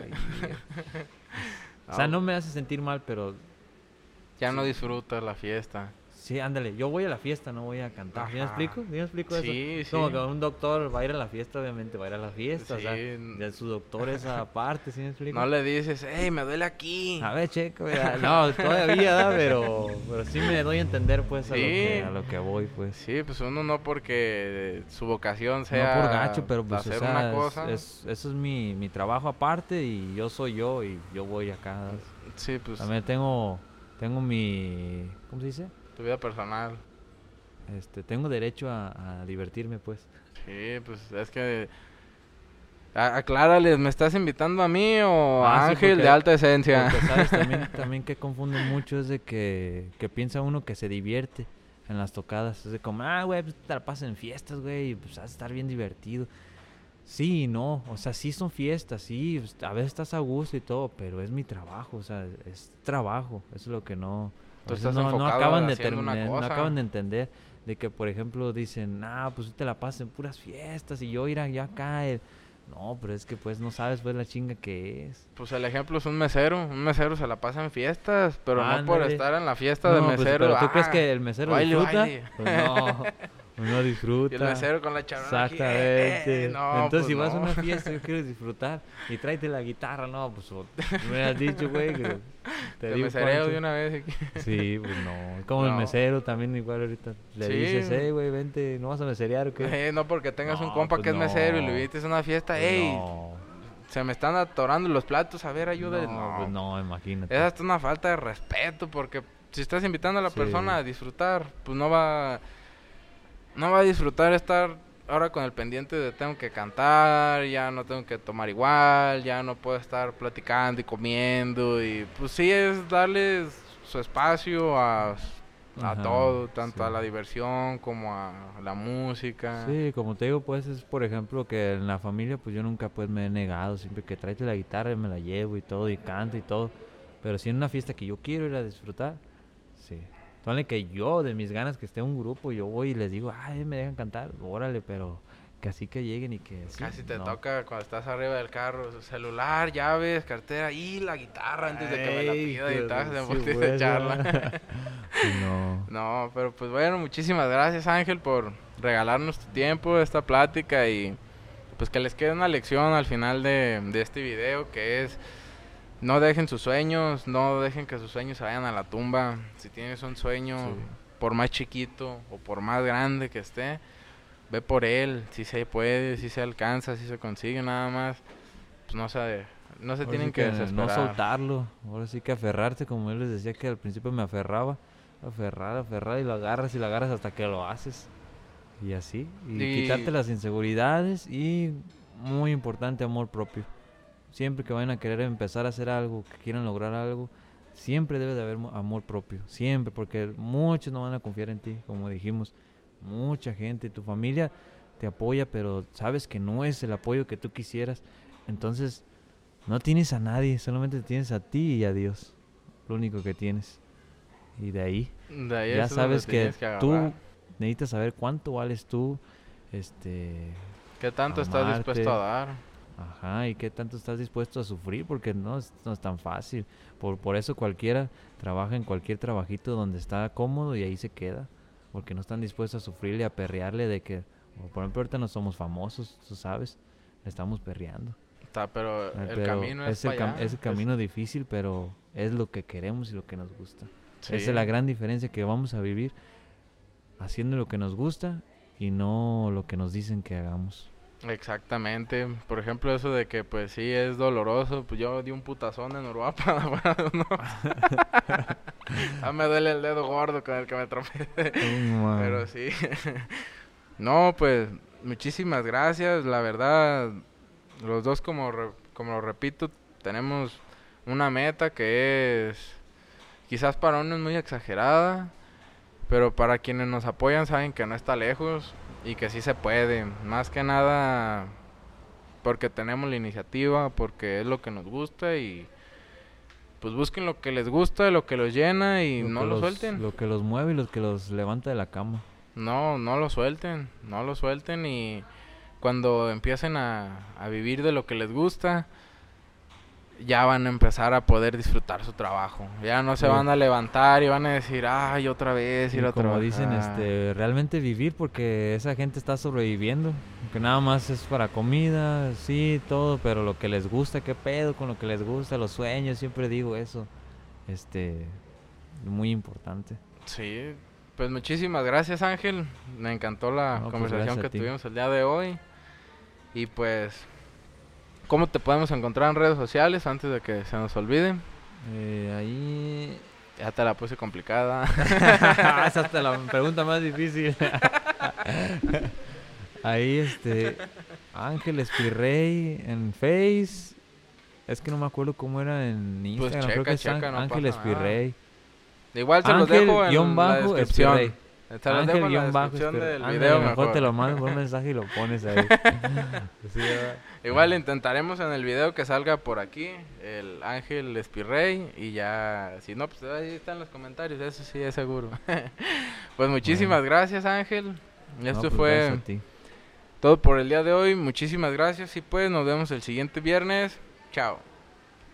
O sea, no me hace sentir mal, pero Ya sí, no disfrutas la fiesta. sí, ándale, yo voy a la fiesta, no voy a cantar. ¿Sí me Ajá. explico? ¿Sí me explico eso? Sí, Es como sí. que un doctor va a ir a la fiesta, obviamente va a ir a la fiesta, o sea, Sí, ya su doctor es aparte, ¿sí me explico? no le dices, hey, me duele aquí. A ver, checo, ¿verdad? No, todavía, ¿verdad? Pero sí me doy a entender, pues, Sí. a lo que voy, pues. Sí, pues uno no porque su vocación No sea por gacho, pero pues, o hacer sea, una cosa. eso es mi trabajo aparte y yo soy yo y yo voy acá. Sí, pues También tengo mi, ¿cómo se dice? tu vida personal. Tengo derecho a divertirme, pues. Sí, pues es que aclárales, ¿me estás invitando a mí o a Sí, Ángel de alta esencia? porque sabes también que confunden mucho es de que piensa uno que se divierte en las tocadas. Es de como, güey, pues te la pasas en fiestas, güey, y pues vas a estar bien divertido. Sí y no, o sea, sí son fiestas, sí, pues, a veces estás a gusto y todo, pero es mi trabajo, o sea, es trabajo, eso es lo que no... Tú a veces estás no enfocado acaban de haciendo una no cosa. acaban de entender de que, por ejemplo, dicen, pues tú te la pasas en puras fiestas y yo ir yo acá... No, pero es que pues no sabes pues la chinga que es. Pues el ejemplo es un mesero se la pasa en fiestas, pero no por Ándale. estar en la fiesta de No, pues, mesero. pero ¿tú crees que el mesero baile, disfruta? baile. Pues no. Uno disfruta. Y el mesero con la charona aquí, Exactamente. no, Entonces, pues si vas a no. una fiesta y quieres disfrutar y tráete la guitarra, no, pues me has dicho, güey, que te Te digo mesereo cuánto. de una vez aquí. Sí, pues no. Como el No. mesero también igual ahorita. Le Sí. dices, güey, vente, ¿no vas a meserear o qué? No porque tengas un No, compa pues que es mesero y no. le invites a una fiesta, Pues ey, no. se me están atorando los platos, a ver, ayuda. No, pues no, imagínate. Es hasta una falta de respeto porque si estás invitando a la Sí. persona a disfrutar, pues no va a disfrutar estar ahora con el pendiente de tengo que cantar, ya no tengo que tomar igual, ya no puedo estar platicando y comiendo y pues sí es darles su espacio a Ajá, todo, tanto sí. a la diversión como a la música. Sí, como te digo, pues es por ejemplo que en la familia pues yo nunca pues me he negado, siempre que tráete la guitarra me la llevo y todo y canto y todo, pero si en una fiesta que yo quiero ir a disfrutar, sí. Ponle que yo de mis ganas que esté un grupo, yo voy y les digo, ay, me dejan cantar, órale, pero que así que lleguen y que sí, Casi te no. toca cuando estás arriba del carro, su celular, llaves, cartera y la guitarra antes de que me la Ay, pida y hijo tal, de se su me a huesa. echarla. Pues no. No, pero pues bueno, muchísimas gracias Ángel por regalarnos tu tiempo, esta plática y pues que les quede una lección al final de este video que es no dejen sus sueños, no dejen que sus sueños se vayan a la tumba. Si tienes un sueño, Sí. por más chiquito o por más grande que esté, ve por él, si se puede, si se alcanza, si se consigue nada más, pues no se Ahora tienen sí que no desesperar. soltarlo, ahora sí que aferrarse, como yo les decía que al principio me aferraba, aferrar y lo agarras hasta que lo haces. Y así, y Y- quitarte las inseguridades y muy importante amor propio. Siempre que vayan a querer empezar a hacer algo, que quieran lograr algo, siempre debe de haber amor propio, siempre, porque muchos no van a confiar en ti, como dijimos, mucha gente, tu familia te apoya, pero sabes que no es el apoyo que tú quisieras, entonces no tienes a nadie, solamente tienes a ti y a Dios, lo único que tienes. Y de ahí De ahí ya es donde sabes te que tienes que tú agarrar. necesitas saber cuánto vales tú, ¿Qué tanto estás dispuesto a amarte. dar? Ajá, y qué tanto estás dispuesto a sufrir, porque no es tan fácil. Por eso cualquiera trabaja en cualquier trabajito donde está cómodo y ahí se queda, porque no están dispuestos a sufrirle, a perrearle de que, por ejemplo, ahorita no somos famosos, tú sabes, estamos perreando. Pero el Pero camino es para allá. es el camino difícil, pero es lo que queremos y lo que nos gusta. Sí. Esa es la gran diferencia que vamos a vivir haciendo lo que nos gusta y no lo que nos dicen que hagamos. Exactamente. Por ejemplo, eso de que pues sí es doloroso. Pues yo di un putazón en Uruapan afuera de un Oxxo. Me duele el dedo gordo con el que me tropecé. Pero sí. No, pues muchísimas gracias. La verdad, los dos como lo repito, tenemos una meta que es quizás para uno es muy exagerada, pero para quienes nos apoyan saben que no está lejos y que sí se puede. Más que nada porque tenemos la iniciativa, porque es lo que nos gusta y pues busquen lo que les gusta, lo que los llena y no lo suelten. Lo que los mueve y lo que los levanta de la cama. No lo suelten, y cuando empiecen a vivir de lo que les gusta, ya van a empezar a poder disfrutar su trabajo. Ya no se Sí. van a levantar y van a decir, ay, otra vez ir Y a como trabajar. dicen, realmente vivir porque esa gente está sobreviviendo. Que nada más es para comida, sí, todo, pero lo que les gusta, qué pedo con lo que les gusta, los sueños, siempre digo eso. Muy importante. Sí, pues muchísimas gracias Ángel, me encantó la No, pues, conversación gracias que a ti. tuvimos el día de hoy. Y pues, ¿cómo te podemos encontrar en redes sociales antes de que se nos olvide? Ahí... Ya te la puse complicada. Esa es hasta la pregunta más difícil. Ahí, Ángel Espirrey en Face. Es que no me acuerdo cómo era en Pues Instagram. Creo que es checa, no Ángel pasa nada. Espirrey. Igual se los dejo en la descripción. Espirrey. Se los dejo en la Ángel-Espirrey. descripción del Ándale, video mejor te mejor. lo mando por un mensaje y lo pones ahí. Sí, ¿verdad? Igual intentaremos en el video que salga por aquí el Ángel Espirrey y ya, si no, pues ahí están los comentarios, eso sí es seguro. Pues muchísimas gracias Ángel, No, esto pues, fue gracias a ti. todo por el día de hoy, muchísimas gracias y pues nos vemos el siguiente viernes, chao.